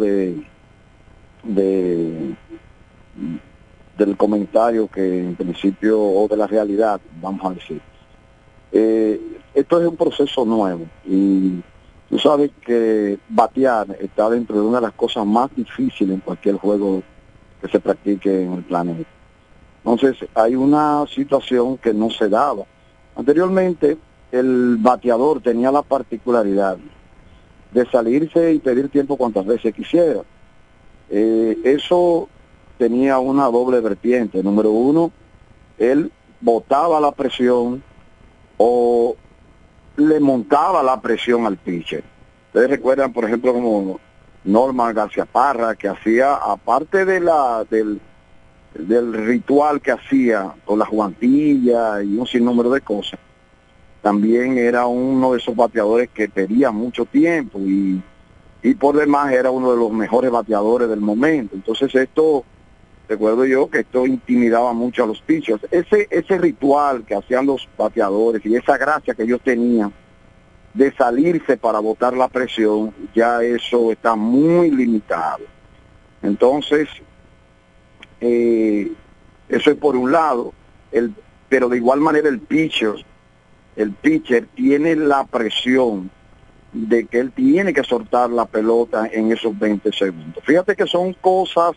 del comentario que en principio, o de la realidad, vamos a decir. Esto es un proceso nuevo y tú sabes que batear está dentro de una de las cosas más difíciles en cualquier juego que se practique en el planeta. Entonces hay una situación que no se daba. Anteriormente el bateador tenía la particularidad de salirse y pedir tiempo cuantas veces quisiera. Eso tenía una doble vertiente. Número uno, él botaba la presión o le montaba la presión al pitcher. Ustedes recuerdan, por ejemplo, como Norman García Parra, que hacía, aparte de del ritual que hacía con la guantilla y un sinnúmero de cosas, también era uno de esos bateadores que pedía mucho tiempo y por demás era uno de los mejores bateadores del momento. Entonces esto, recuerdo yo que esto intimidaba mucho a los pitchers. Ese ritual que hacían los bateadores y esa gracia que ellos tenían de salirse para botar la presión, ya eso está muy limitado. Entonces, eso es por un lado, pero de igual manera el pitcher tiene la presión de que él tiene que soltar la pelota en esos 20 segundos. Fíjate que son cosas,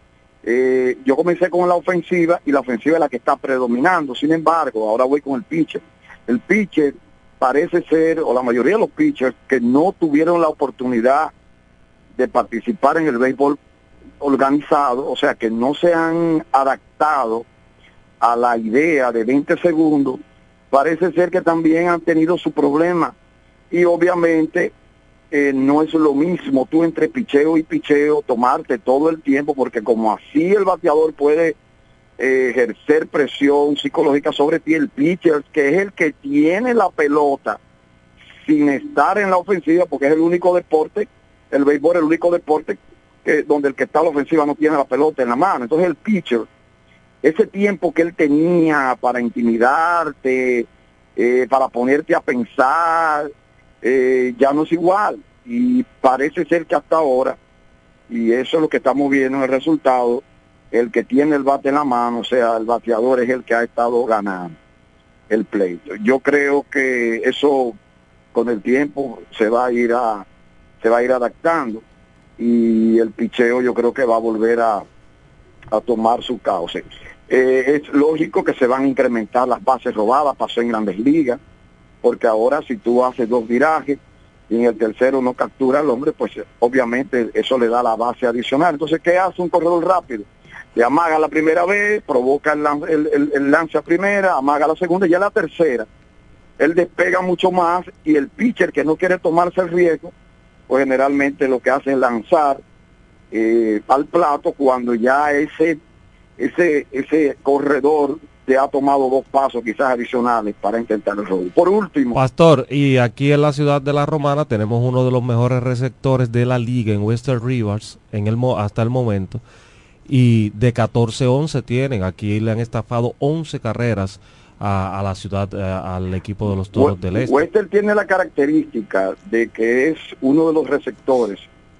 yo comencé con la ofensiva y la ofensiva es la que está predominando. Sin embargo, ahora voy con el pitcher. El pitcher parece ser, o la mayoría de los pitchers que no tuvieron la oportunidad de participar en el béisbol organizado, o sea, que no se han adaptado a la idea de 20 segundos, parece ser que también han tenido su problema. Y obviamente no es lo mismo tú entre picheo y picheo tomarte todo el tiempo, porque como así el bateador puede ejercer presión psicológica sobre ti, el pitcher, que es el que tiene la pelota sin estar en la ofensiva, porque es el único deporte, el béisbol es el único deporte donde el que está en la ofensiva no tiene la pelota en la mano. Entonces el pitcher, ese tiempo que él tenía para intimidarte, para ponerte a pensar, ya no es igual. Y parece ser que hasta ahora, y eso es lo que estamos viendo en el resultado, el que tiene el bate en la mano, o sea, el bateador es el que ha estado ganando el pleito. Yo creo que eso con el tiempo se va a ir adaptando, y el picheo yo creo que va a volver a tomar su cauce. Es lógico que se van a incrementar las bases robadas, pasó en Grandes Ligas, porque ahora si tú haces 2 virajes y en el tercero no captura al hombre, pues obviamente eso le da la base adicional. Entonces, ¿qué hace un corredor rápido? Le amaga la primera vez, provoca el lance a primera, amaga la segunda, y ya la tercera él despega mucho más, y el pitcher que no quiere tomarse el riesgo, pues generalmente lo que hace es lanzar al plato cuando ya ese corredor te ha tomado 2 pasos quizás adicionales para intentar el robo. Por último, Pastor, y aquí en la ciudad de La Romana tenemos uno de los mejores receptores de la liga en Western Rivers hasta el momento, y de 14-11 tienen, aquí le han estafado 11 carreras a la ciudad, al equipo de los Toros del Este. Western tiene la característica de que es uno de los receptores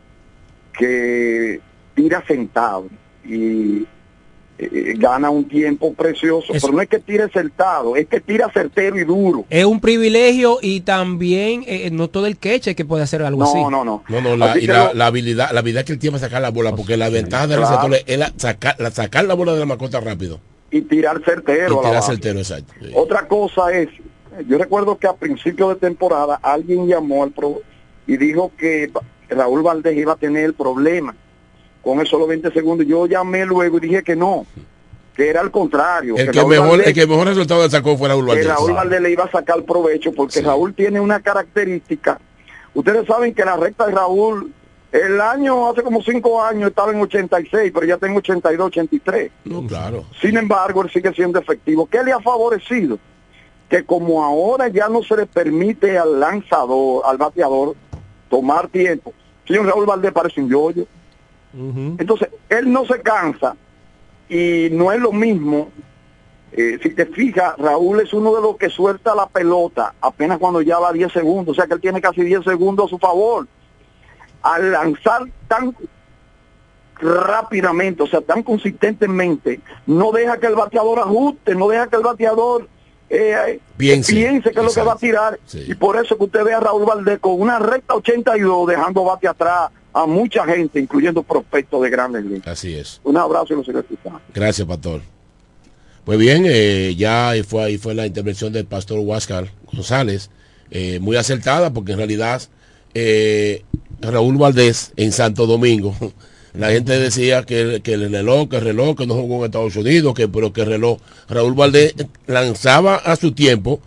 que tira sentado y gana un tiempo precioso, pero no es que tire sentado, es que tira certero y duro. Es un privilegio, y también no todo el catcher que puede hacer algo así. No, la habilidad que él tiene para sacar la bola, porque la ventaja del receptor es sacar la bola de la mascota rápido. Y tirar certero. Exacto. Sí. Otra cosa es, yo recuerdo que a principio de temporada alguien llamó al pro y dijo que Raúl Valdés iba a tener el problema con esos solo 20 segundos. Yo llamé luego y dije que no, que era al contrario. El que mejor resultado sacó fue Raúl Valdés. Que Raúl Valdés le iba a sacar provecho, porque sí. Raúl tiene una característica. Ustedes saben que la recta de Raúl, el año, hace como 5 años estaba en 86, pero ya tengo 82, 83. No, claro. Sin embargo, él sigue siendo efectivo. ¿Qué le ha favorecido? Que como ahora ya no se le permite al lanzador, al bateador, tomar tiempo. Señor Raúl Valdés parece un yoyo. Entonces, él no se cansa, y no es lo mismo. Si te fijas, Raúl es uno de los que suelta la pelota apenas cuando ya va 10 segundos, o sea que él tiene casi 10 segundos a su favor. Al lanzar tan rápidamente, o sea, tan consistentemente, no deja que el bateador ajuste, no deja que el bateador piense que es lo que va a tirar. Sí. Y por eso que usted ve a Raúl Valdés con una recta 82, dejando bate atrás a mucha gente, incluyendo prospectos de Grandes Ligas. Así es. Un abrazo y los escuchamos. Gracias, Pastor. Pues bien, ya ahí fue la intervención del Pastor Huáscar González, muy acertada, porque en realidad Raúl Valdés en Santo Domingo, la gente decía que el reloj que no jugó en Estados Unidos, pero que el reloj, Raúl Valdés lanzaba a su tiempo,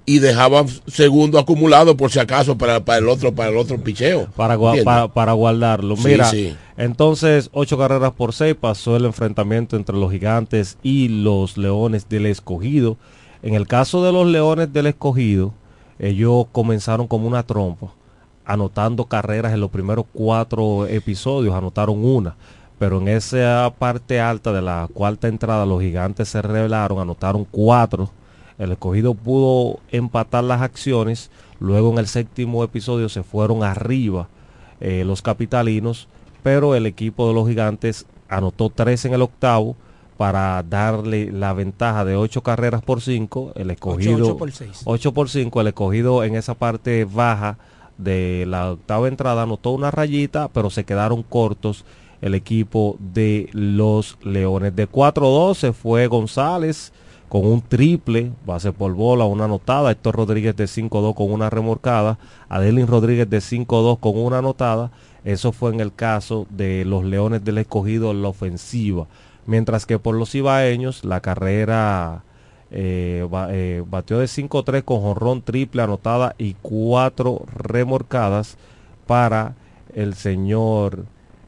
y dejaba segundo acumulado por si acaso para el otro picheo. Para guardarlo. Sí, Mira, sí. entonces 8 carreras por 6 pasó el enfrentamiento entre los Gigantes y los Leones del Escogido. En el caso de los Leones del Escogido, ellos comenzaron como una trompa, anotando carreras en los primeros 4 episodios, anotaron una. Pero en esa parte alta de la cuarta entrada, los Gigantes se rebelaron, anotaron 4. El Escogido pudo empatar las acciones. Luego en el séptimo episodio se fueron arriba los capitalinos, pero el equipo de los Gigantes anotó 3 en el octavo para darle la ventaja de 8 carreras por 5. El Escogido 8 por 6. 8 por 5. El Escogido en esa parte baja de la octava entrada anotó una rayita, pero se quedaron cortos el equipo de los Leones. De 4-2 se fue González con un triple, base por bola, una anotada. Héctor Rodríguez de 5-2 con una remolcada. Adelín Rodríguez de 5-2 con una anotada. Eso fue en el caso de los Leones del Escogido en la ofensiva. Mientras que por los ibaeños, la carrera batió de 5-3 con jonrón, triple, anotada y 4 remolcadas para el señor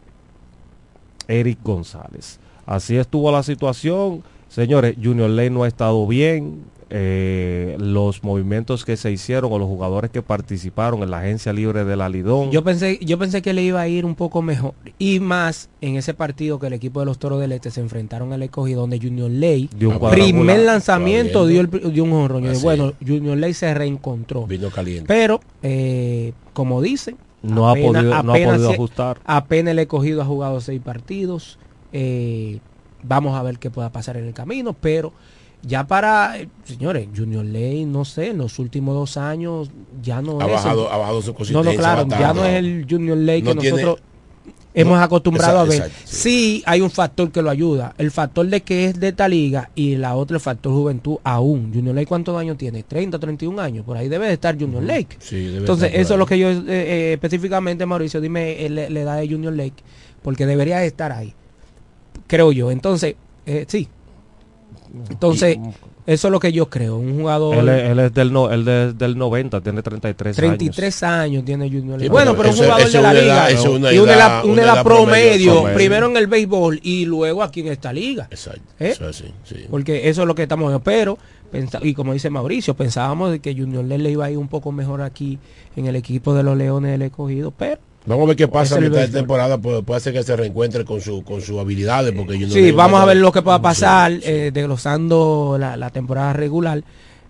Eric González. Así estuvo la situación. Señores, Junior Ley no ha estado bien. Los movimientos que se hicieron o los jugadores que participaron en la agencia libre del Lidón. Yo pensé que le iba a ir un poco mejor. Y más en ese partido que el equipo de los Toros del Este se enfrentaron al Escogido, donde Junior Ley, primer lanzamiento, dio un jonrón. Bueno, Junior Ley se reencontró. Vino caliente. Pero, como dicen, no ha podido ajustar. Apenas el Escogido ha jugado 6 partidos. Vamos a ver qué pueda pasar en el camino, pero ya señores, Junior Ley, no sé, en los últimos 2 años ya no ha bajado su consistencia. No, claro, ya no es el Junior Ley que nosotros hemos acostumbrado a ver. Exacto, sí, hay un factor que lo ayuda, el factor de que es de esta liga y la otra el factor juventud aún. Junior Ley, ¿cuántos años tiene? 30, 31 años, por ahí debe de estar Junior Lake. Sí, entonces eso es lo que yo específicamente, Mauricio, dime la edad de Junior Lake, porque debería estar ahí, creo yo. Entonces, sí. Entonces, eso es lo que yo creo. Un jugador. Él es del 90, tiene 33 años tiene Junior Lake. Sí, bueno, pero un jugador de la liga. Una edad promedio. Primero en el béisbol y luego aquí en esta liga. Exacto. Eso es así, sí. Porque eso es lo que estamos viendo. Pero, y como dice Mauricio, pensábamos de que Junior Lake le iba a ir un poco mejor aquí en el equipo de los Leones del Escogido, pero vamos a ver qué pasa en esta temporada. Puede ser que se reencuentre con sus habilidades. Porque sí, vamos a ver lo que pueda pasar desglosando la temporada regular.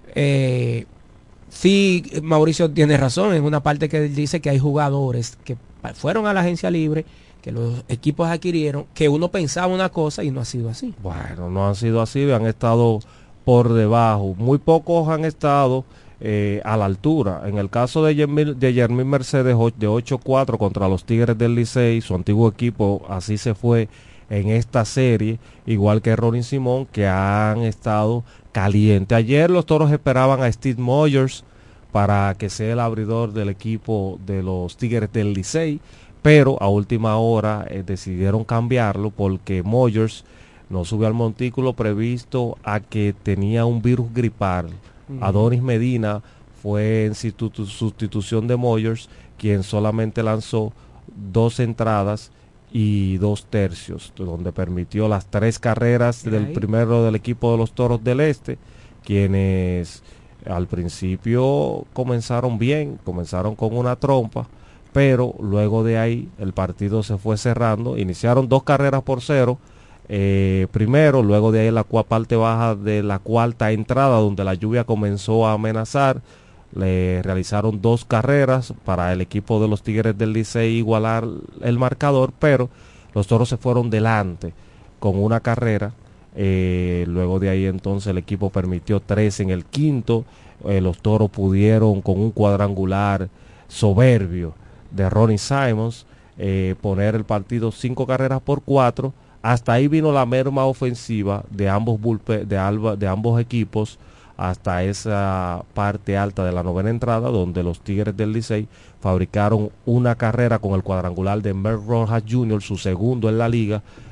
Sí, Mauricio tiene razón en una parte que él dice que hay jugadores que fueron a la agencia libre, que los equipos adquirieron, que uno pensaba una cosa y no ha sido así. Bueno, no han sido así, han estado por debajo. Muy pocos han estado a la altura. En el caso de Yermín Mercedes, de 8-4 contra los Tigres del Licey, su antiguo equipo, así se fue en esta serie, igual que Ronnie Simón, que han estado calientes. Ayer los Toros esperaban a Steve Moyers para que sea el abridor del equipo de los Tigres del Licey, pero a última hora decidieron cambiarlo porque Moyers no subió al montículo previsto a que tenía un virus gripal. Adonis Medina fue en sustitución de Moyers, quien solamente lanzó 2 entradas y 2 tercios, donde permitió las 3 carreras del primero del equipo de los Toros del Este, quienes al principio comenzaron bien, comenzaron con una trompa, pero luego de ahí el partido se fue cerrando. Iniciaron 2 carreras por 0. Primero, luego de ahí la parte baja de la cuarta entrada, donde la lluvia comenzó a amenazar, le realizaron 2 carreras para el equipo de los Tigres del Licey igualar el marcador, pero los Toros se fueron delante con una carrera. Luego de ahí entonces el equipo permitió 3 en el quinto. Los Toros pudieron con un cuadrangular soberbio de Ronnie Simons poner el partido 5 carreras por 4. Hasta ahí vino la merma ofensiva de ambos equipos hasta esa parte alta de la 9ª entrada, donde los Tigres del Licey fabricaron una carrera con el cuadrangular de Merv Rojas Jr., su segundo en la liga,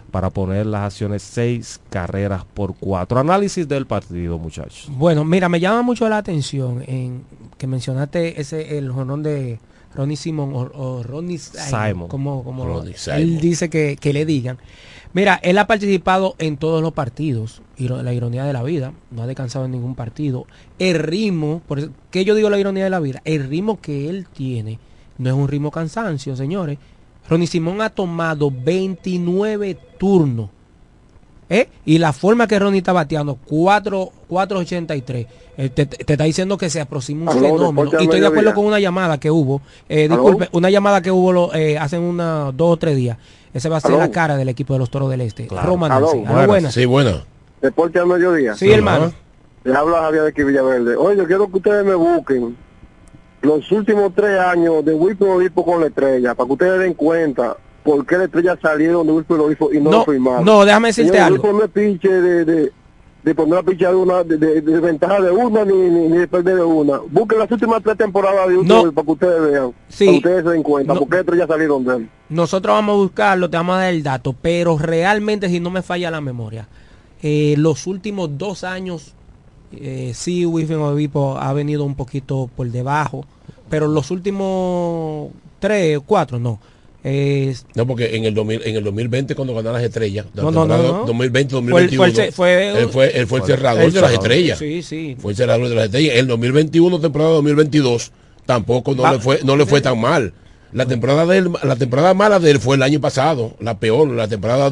para poner las acciones 6 carreras por 4. Análisis del partido, muchachos. Bueno, mira, me llama mucho la atención en que mencionaste el jonrón de Ronnie Simon o Ronnie Simon, como Ronnie él Simon dice que le digan. Mira, él ha participado en todos los partidos, y la ironía de la vida, no ha descansado en ningún partido. El ritmo, por eso, ¿qué yo digo la ironía de la vida? El ritmo que él tiene no es un ritmo cansancio, señores. Ronnie Simon ha tomado 29 turnos. Y la forma que Ronnie está bateando, 4.83, te está diciendo que se aproxima un fenómeno. Y estoy de acuerdo con una llamada que hubo, disculpe, una llamada que hubo hace 2 o 3 días. Esa va a ser la cara del equipo de los Toros del Este. Claro. Romanense. Buenas. Sí, buena. Deporte al mediodía. Sí, hermano. Les habla Javier de aquí Villaverde. Oye, yo quiero que ustedes me busquen los últimos 3 años de Wilfred Obispo con la Estrella, para que ustedes den cuenta por qué la Estrella salieron de Wilfred Obispo y no lo firmaron. No, déjame decirte algo. Wilfred no es pinche de poner la picha de ventaja de una ni de perder de una. Busquen las últimas 3 temporadas de Wilfred para que ustedes vean, para que ustedes se den cuenta por qué la Estrella salieron de él. Nosotros vamos a buscarlo, te vamos a dar el dato, pero realmente, si no me falla la memoria, los últimos 2 años sí, Wilfred Obispo ha venido un poquito por debajo, pero los últimos 3 o 4 no. No, porque en el 2020 cuando ganó las Estrellas, no. 2020-2021, él fue el cerrador de las Estrellas. Sí. Fue el cerrador de las Estrellas. El 2021, temporada 2022, tampoco no le fue tan mal. La temporada mala de él fue el año pasado, la peor, la temporada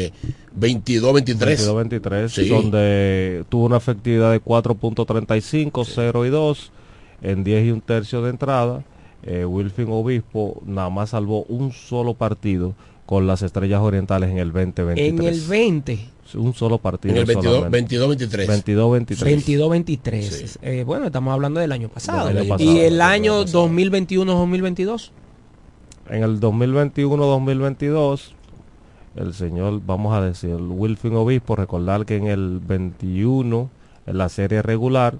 22-23. Sí. Donde tuvo una efectividad de 4.35, 0 y 2 en 10 y un tercio de entrada. Wilfred Obispo nada más salvó un solo partido con las Estrellas Orientales en el 2023. En el 20. Un solo partido. En el 22-23. 22-23. Bueno, estamos hablando del año pasado. ¿Y el año 2021-2022? En el 2021-2022, el señor, vamos a decir, Wilfred Obispo, recordar que en el 21, en la serie regular,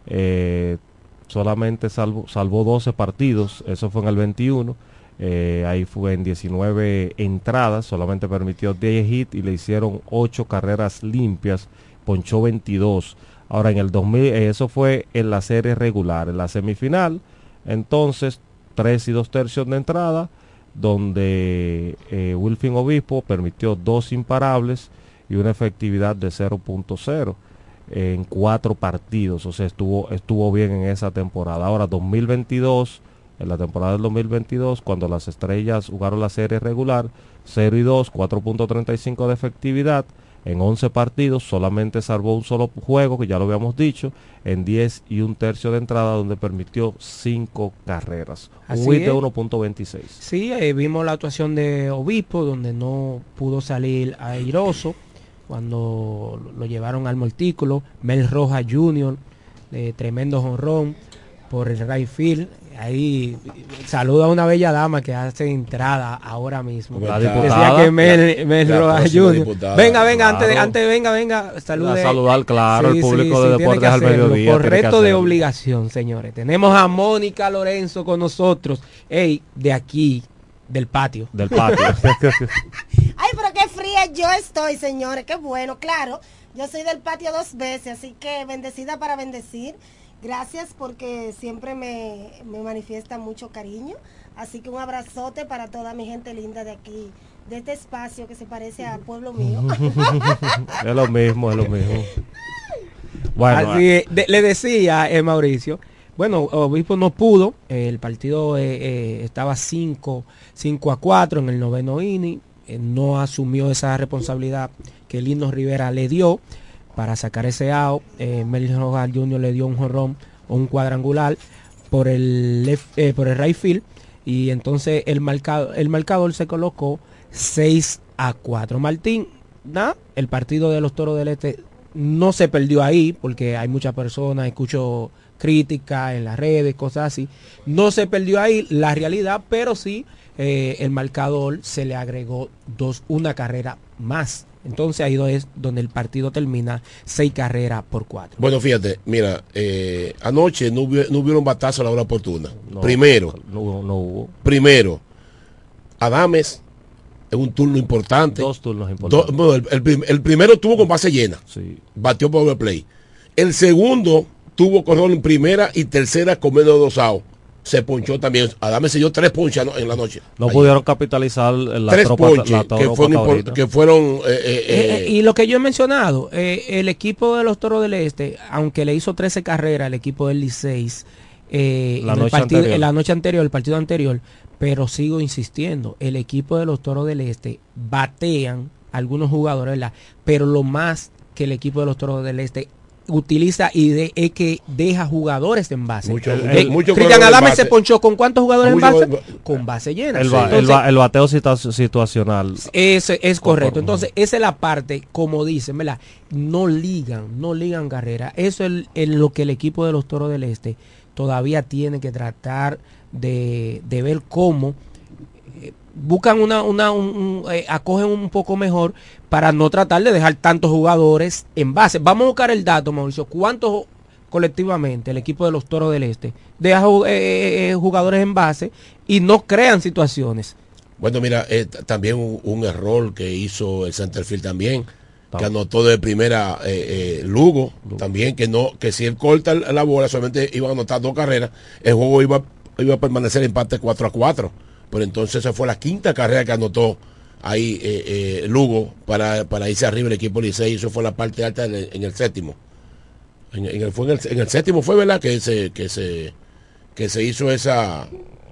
solamente salvó 12 partidos, eso fue en el 21, ahí fue en 19 entradas, solamente permitió 10 hits y le hicieron 8 carreras limpias, ponchó 22. Ahora en el 2000, eso fue en la serie regular, en la semifinal, entonces 3 y 2 tercios de entrada, donde Wilfred Obispo permitió 2 imparables y una efectividad de 0.0. En 4 partidos, o sea, estuvo bien en esa temporada. Ahora 2022, en la temporada del 2022, cuando las Estrellas jugaron la serie regular, 0 y 2, 4.35 de efectividad, en 11 partidos, solamente salvó un solo juego, que ya lo habíamos dicho, en 10 y un tercio de entrada, donde permitió 5 carreras, un WHIP de 1.26. Sí, vimos la actuación de Obispo, donde no pudo salir airoso, cuando lo llevaron al montículo. Mel Rojas Jr., tremendo jonrón por el right field. Ahí saluda a una bella dama que hace entrada ahora mismo. La diputada. Decía que Mel Rojas Jr. Venga, claro. antes, venga. Salude. A saludar, claro, el público de Deportes al Mediodía. Por reto de obligación, señores. Tenemos a Mónica Lorenzo con nosotros. De aquí, del patio. Del patio. Ay, pero qué fría yo estoy, señores. Qué bueno, claro. Yo soy del patio 2 veces, así que bendecida para bendecir. Gracias porque siempre me manifiesta mucho cariño. Así que un abrazote para toda mi gente linda de aquí, de este espacio que se parece a pueblo mío. Es lo mismo. Bueno, así, le decía Mauricio, bueno, Obispo no pudo, el partido estaba 5-4 en el 9º inning, no asumió esa responsabilidad que Lino Rivera le dio para sacar ese out. Mel Rojas Jr. le dio un jonrón o un cuadrangular por el right field, y entonces el marcador se colocó 6-4. Martín, el partido de los Toros del Este no se perdió ahí, porque hay muchas personas, escucho críticas en las redes, cosas así. No se perdió ahí la realidad, pero sí el marcador se le agregó una carrera más. Entonces ahí es donde el partido termina 6 carreras por 4. Bueno, fíjate, mira, anoche no hubieron batazos a la hora oportuna. Primero, no hubo. Primero, Adames es un turno importante. 2 turnos importantes. El primero tuvo con base llena. Sí. Batió por overplay. El segundo tuvo corredor en primera y tercera con menos de 2 outs. Se ponchó también. Adame se dio 3 ponchas en la noche. No pudieron capitalizar la 3 ponches tropa que fueron y lo que yo he mencionado, el equipo de los Toros del Este, aunque le hizo 13 carreras al equipo del Liceis en la noche anterior, el partido anterior, pero sigo insistiendo, el equipo de los Toros del Este batean algunos jugadores, ¿verdad? Pero lo más que el equipo de los Toros del Este utiliza es que deja jugadores en base. Cristian Adame se ponchó con ¿cuántos jugadores en base? Con base llena. El bateo situacional. Es correcto. Entonces, esa es la parte, como dicen, ¿verdad? No ligan carrera. Eso es lo que el equipo de los Toros del Este todavía tiene que tratar de ver cómo buscan acogen un poco mejor para no tratar de dejar tantos jugadores en base. Vamos a buscar el dato, Mauricio. ¿Cuántos colectivamente el equipo de los Toros del Este deja jugadores en base y no crean situaciones? Bueno, mira, también un error que hizo el centerfield también, que anotó de primera Lugo, también, que si él corta la bola solamente iba a anotar 2 carreras, el juego iba a permanecer empate 4-4. Pero entonces esa fue la 5ª carrera que anotó ahí Lugo para irse arriba el equipo Licey. Eso fue la parte alta en el séptimo. En el séptimo fue, ¿verdad? Que se hizo ese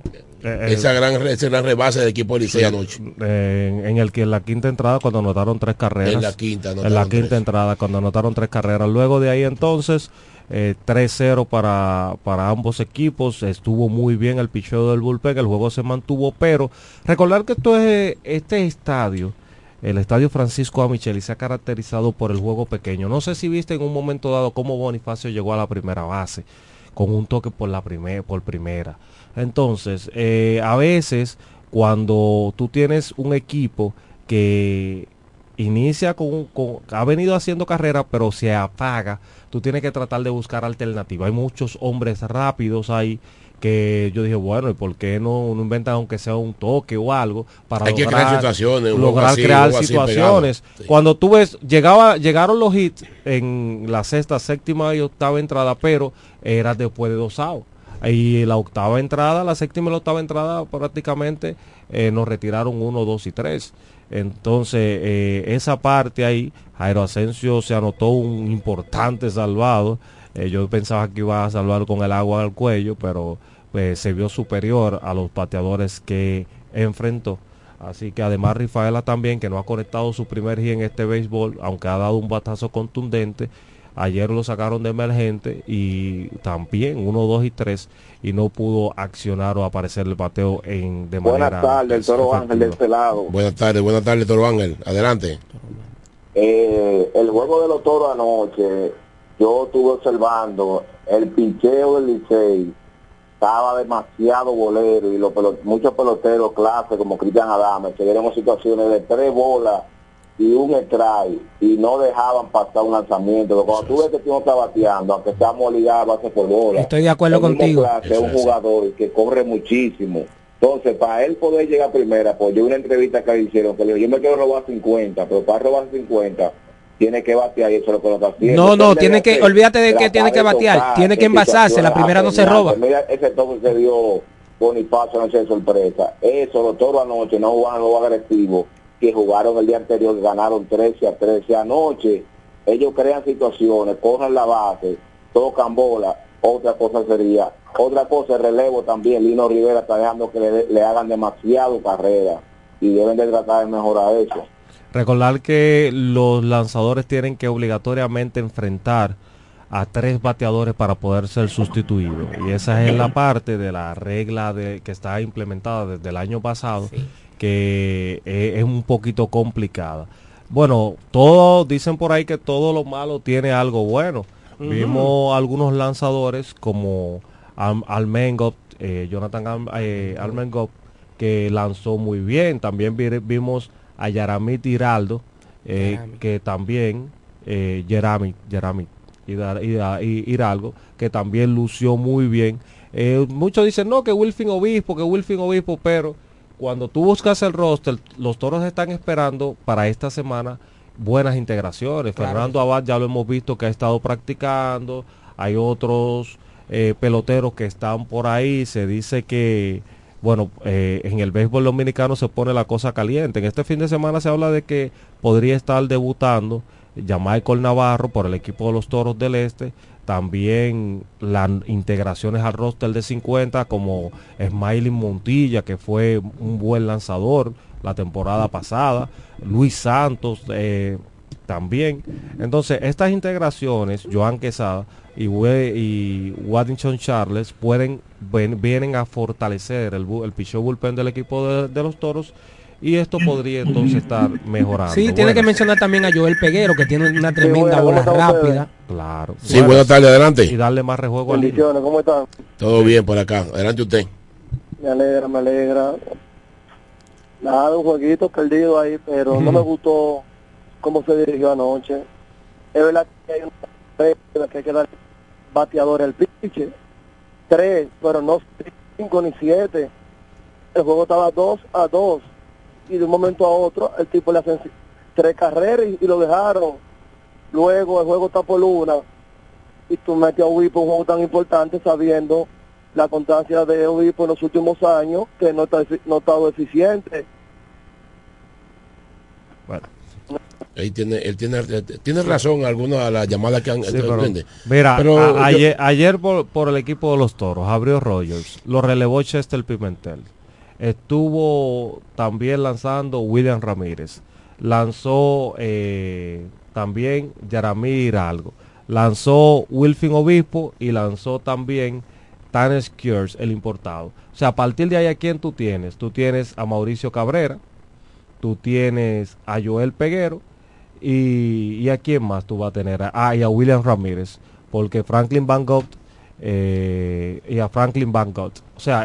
gran rebase del equipo Licey anoche. En la 5ª entrada cuando anotaron 3 carreras. En la quinta entrada cuando anotaron 3 carreras. Luego de ahí entonces 3-0 para ambos equipos. Estuvo muy bien el picheo del bullpen, el juego se mantuvo, pero recordar que este estadio, el estadio Francisco A. Micheli, se ha caracterizado por el juego pequeño. No sé si viste en un momento dado cómo Bonifacio llegó a la primera base con un toque por primera. Entonces, a veces cuando tú tienes un equipo que inicia ha venido haciendo carrera pero se apaga, tú tienes que tratar de buscar alternativas. Hay muchos hombres rápidos ahí que yo dije, bueno, ¿y por qué no inventan aunque sea un toque o algo para crear situaciones? Sí. Cuando tú ves, llegaron los hits en la 6ª, 7ª y 8ª entrada, pero era después de 2 outs. Y la 8ª entrada, la 7ª y la 8ª entrada prácticamente nos retiraron 1, 2 y 3. Entonces, esa parte ahí, Jairo Asensio se anotó un importante salvado. Yo pensaba que iba a salvar con el agua al cuello, pero se vio superior a los bateadores que enfrentó. Así que además Rafaela también, que no ha conectado su primer hit en este béisbol, aunque ha dado un batazo contundente. Ayer lo sacaron de emergente y también 1, 2 y 3 y no pudo accionar o aparecer el bateo de manera. Buenas tardes, Toro Ángel de este lado. Buenas tardes, Toro Ángel. Adelante. El juego de los Toros anoche, yo estuve observando el picheo del Licey, estaba demasiado bolero y muchos peloteros clase como Cristian Adame se dieron situaciones de 3 bolas y un strike y no dejaban pasar un lanzamiento. Cuando tú ves que tú no estás bateando, aunque estamos ligados a base por bola, estoy de acuerdo contigo. Es un jugador que corre muchísimo. Entonces, para él poder llegar a primera, pues yo vi una entrevista que le hicieron, que le dijo, yo me quiero robar 50, pero para robar 50 tiene que batear y eso es lo que no está haciendo. No, tiene que, olvídate de que tiene que batear, tiene que envasarse, la primera no se roba. Mira ese toque que dio Bonifacio anoche de sorpresa. Eso, los Toros anoche no jugaron lo agresivo que jugaron el día anterior, que ganaron 13-13 anoche. Ellos crean situaciones, cogen la base, tocan bola. Otra cosa el relevo también. Lino Rivera está dejando que le hagan demasiado carrera y deben de tratar de mejorar eso. Recordar que los lanzadores tienen que obligatoriamente enfrentar a 3 bateadores para poder ser sustituidos, y esa es la parte de la regla que está implementada desde el año pasado, sí, que es un poquito complicada. Bueno, todos dicen por ahí que todo lo malo tiene algo bueno. Vimos algunos lanzadores como Almengop, Jonathan Almengop, que lanzó muy bien. También vimos a Yaramit Hiraldo, que también Hiraldo, que también lució muy bien. Muchos dicen no, que Wilfin Obispo, pero cuando tú buscas el roster, los Toros están esperando para esta semana buenas integraciones. Claro. Fernando Abad ya lo hemos visto que ha estado practicando, hay otros peloteros que están por ahí, se dice que, bueno, en el béisbol dominicano se pone la cosa caliente. En este fin de semana se habla de que podría estar debutando Michael Navarro por el equipo de los Toros del Este. También las integraciones al roster de 50 como Smiley Montilla, que fue un buen lanzador la temporada pasada, Luis Santos también. Entonces estas integraciones, Joan Quesada y Waddington Charles vienen a fortalecer el picheo bullpen del equipo de los Toros, y esto podría entonces estar mejorando. Sí, tiene que mencionar también a Joel Peguero, que tiene una tremenda bola rápida. Claro. Sí, buenas tardes, adelante. Y darle más rejuego al Bendiciones, ¿cómo están? Todo bien por acá, adelante usted. Me alegra. Nada, un jueguito perdido ahí, pero no me gustó cómo se dirigió anoche. Es verdad que hay que hay que dar bateador al pitcher. 3, pero no 5 ni 7. El juego estaba 2-2. Y de un momento a otro el tipo le hacen 3 carreras y lo dejaron. Luego el juego está por 1 y tú metes a Obispo un juego tan importante sabiendo la constancia de Obispo en los últimos años, que no ha estado eficiente. Bueno, él tiene razón alguna a la llamada que han mira, pero ayer por el equipo de los Toros abrió Rogers, lo relevó Chester Pimentel. Estuvo también lanzando William Ramírez, lanzó también Yaramir Hidalgo, lanzó Wilfin Obispo y lanzó también Tanes Kers, el importado. O sea, a partir de ahí, ¿a quién tú tienes? Tú tienes a Mauricio Cabrera, tú tienes a Joel Peguero y ¿a quién más tú vas a tener? Y a William Ramírez, porque Franklin Van Gogh y a Franklin Van Gogh. O sea,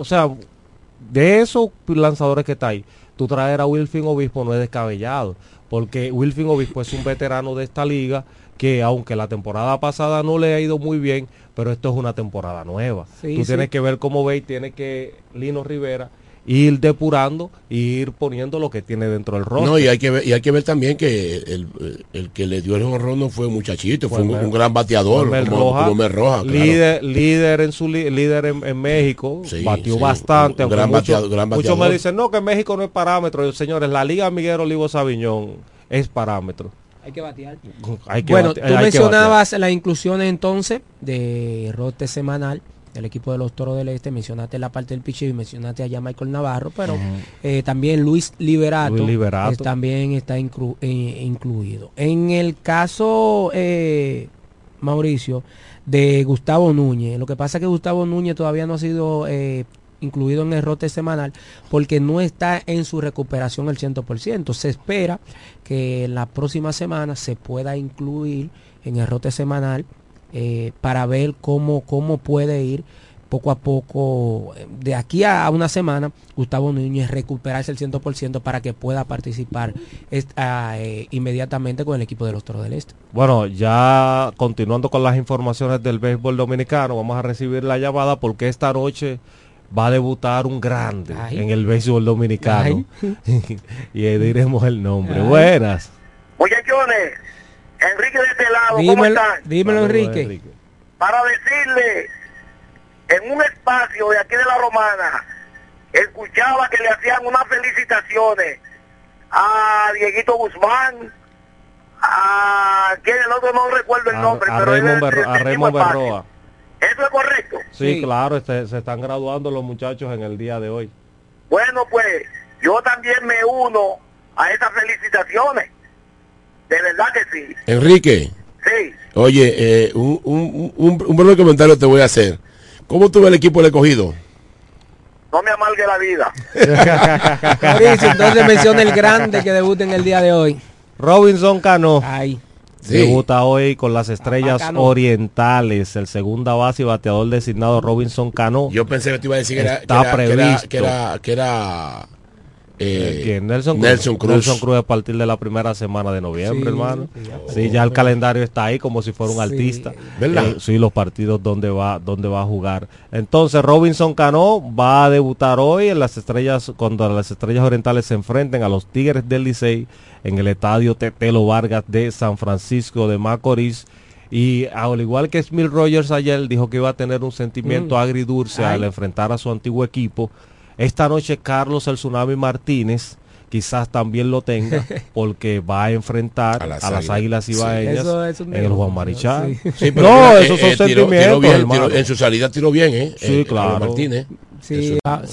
de esos lanzadores que está ahí, tú traer a Wilfin Obispo no es descabellado, porque Wilfin Obispo es un veterano de esta liga que, aunque la temporada pasada no le ha ido muy bien, pero esto es una temporada nueva. Sí, tú tienes que ver cómo ve y tiene que Lino Rivera ir depurando y ir poniendo lo que tiene dentro del roster. No, y hay que ver también que el que le dio el jonrón no fue un muchachito, fue un gran bateador, como Mel Roja, claro. líder en México, sí, batió batió bastante. Gran bateador. Muchos me dicen, no, que México no es parámetro. Señores, la Liga Miguel Olivo Sabiñón es parámetro. Hay que batear. Bueno, tú mencionabas las inclusiones entonces de rote semanal del equipo de los Toros del Este, mencionaste la parte del picheo y mencionaste allá a Michael Navarro, pero también Luis Liberato también está incluido. En el caso, Mauricio, de Gustavo Núñez, lo que pasa es que Gustavo Núñez todavía no ha sido incluido en el rote semanal porque no está en su recuperación al 100%. Se espera que en la próxima semana se pueda incluir en el rote semanal para ver cómo puede ir poco a poco, de aquí a una semana, Gustavo Núñez recuperarse el 100% para que pueda participar inmediatamente con el equipo de los Toros del Este. Bueno, ya continuando con las informaciones del béisbol dominicano, vamos a recibir la llamada porque esta noche va a debutar un grande en el béisbol dominicano. Y diremos el nombre. Buenas. Muchachones, Enrique de este lado, ¿cómo están? Dímelo, Enrique. Para decirle, en un espacio de aquí de La Romana, escuchaba que le hacían unas felicitaciones a Dieguito Guzmán, a quien el otro no recuerdo el nombre, a pero Raymond Berroa. ¿Eso es correcto? Sí, claro, se están graduando los muchachos en el día de hoy. Bueno, pues yo también me uno a esas felicitaciones. De verdad que sí. Enrique. Sí. Oye, un breve comentario te voy a hacer. ¿Cómo tuvo el equipo del Escogido? No me amargue la vida. Mauricio, entonces menciona el grande que debuta en el día de hoy. Robinson Cano. Ay. Sí. Debuta hoy con las Estrellas Orientales, el segunda base y bateador designado Robinson Cano. Yo pensé que te iba a decir que era ¿Quién? Nelson Cruz. Nelson Cruz a partir de la primera semana de noviembre, hermano. Sí, ya el calendario está ahí como si fuera un artista. ¿Verdad? Sí, los partidos donde va a jugar. Entonces Robinson Cano va a debutar hoy en las Estrellas, cuando las Estrellas Orientales se enfrenten a los Tigres del Licey en el estadio Tetelo Vargas de San Francisco de Macorís. Y al igual que Smith Rogers ayer dijo que iba a tener un sentimiento agridulce al enfrentar a su antiguo equipo, esta noche Carlos el Tsunami Martínez quizás también lo tenga, porque va a enfrentar a las Águilas Ibaeñas en el Juan Marichal. Sí, pero no, mira, esos son sentimientos, en su salida tiró bien, Sí, claro. Martínez. Sí,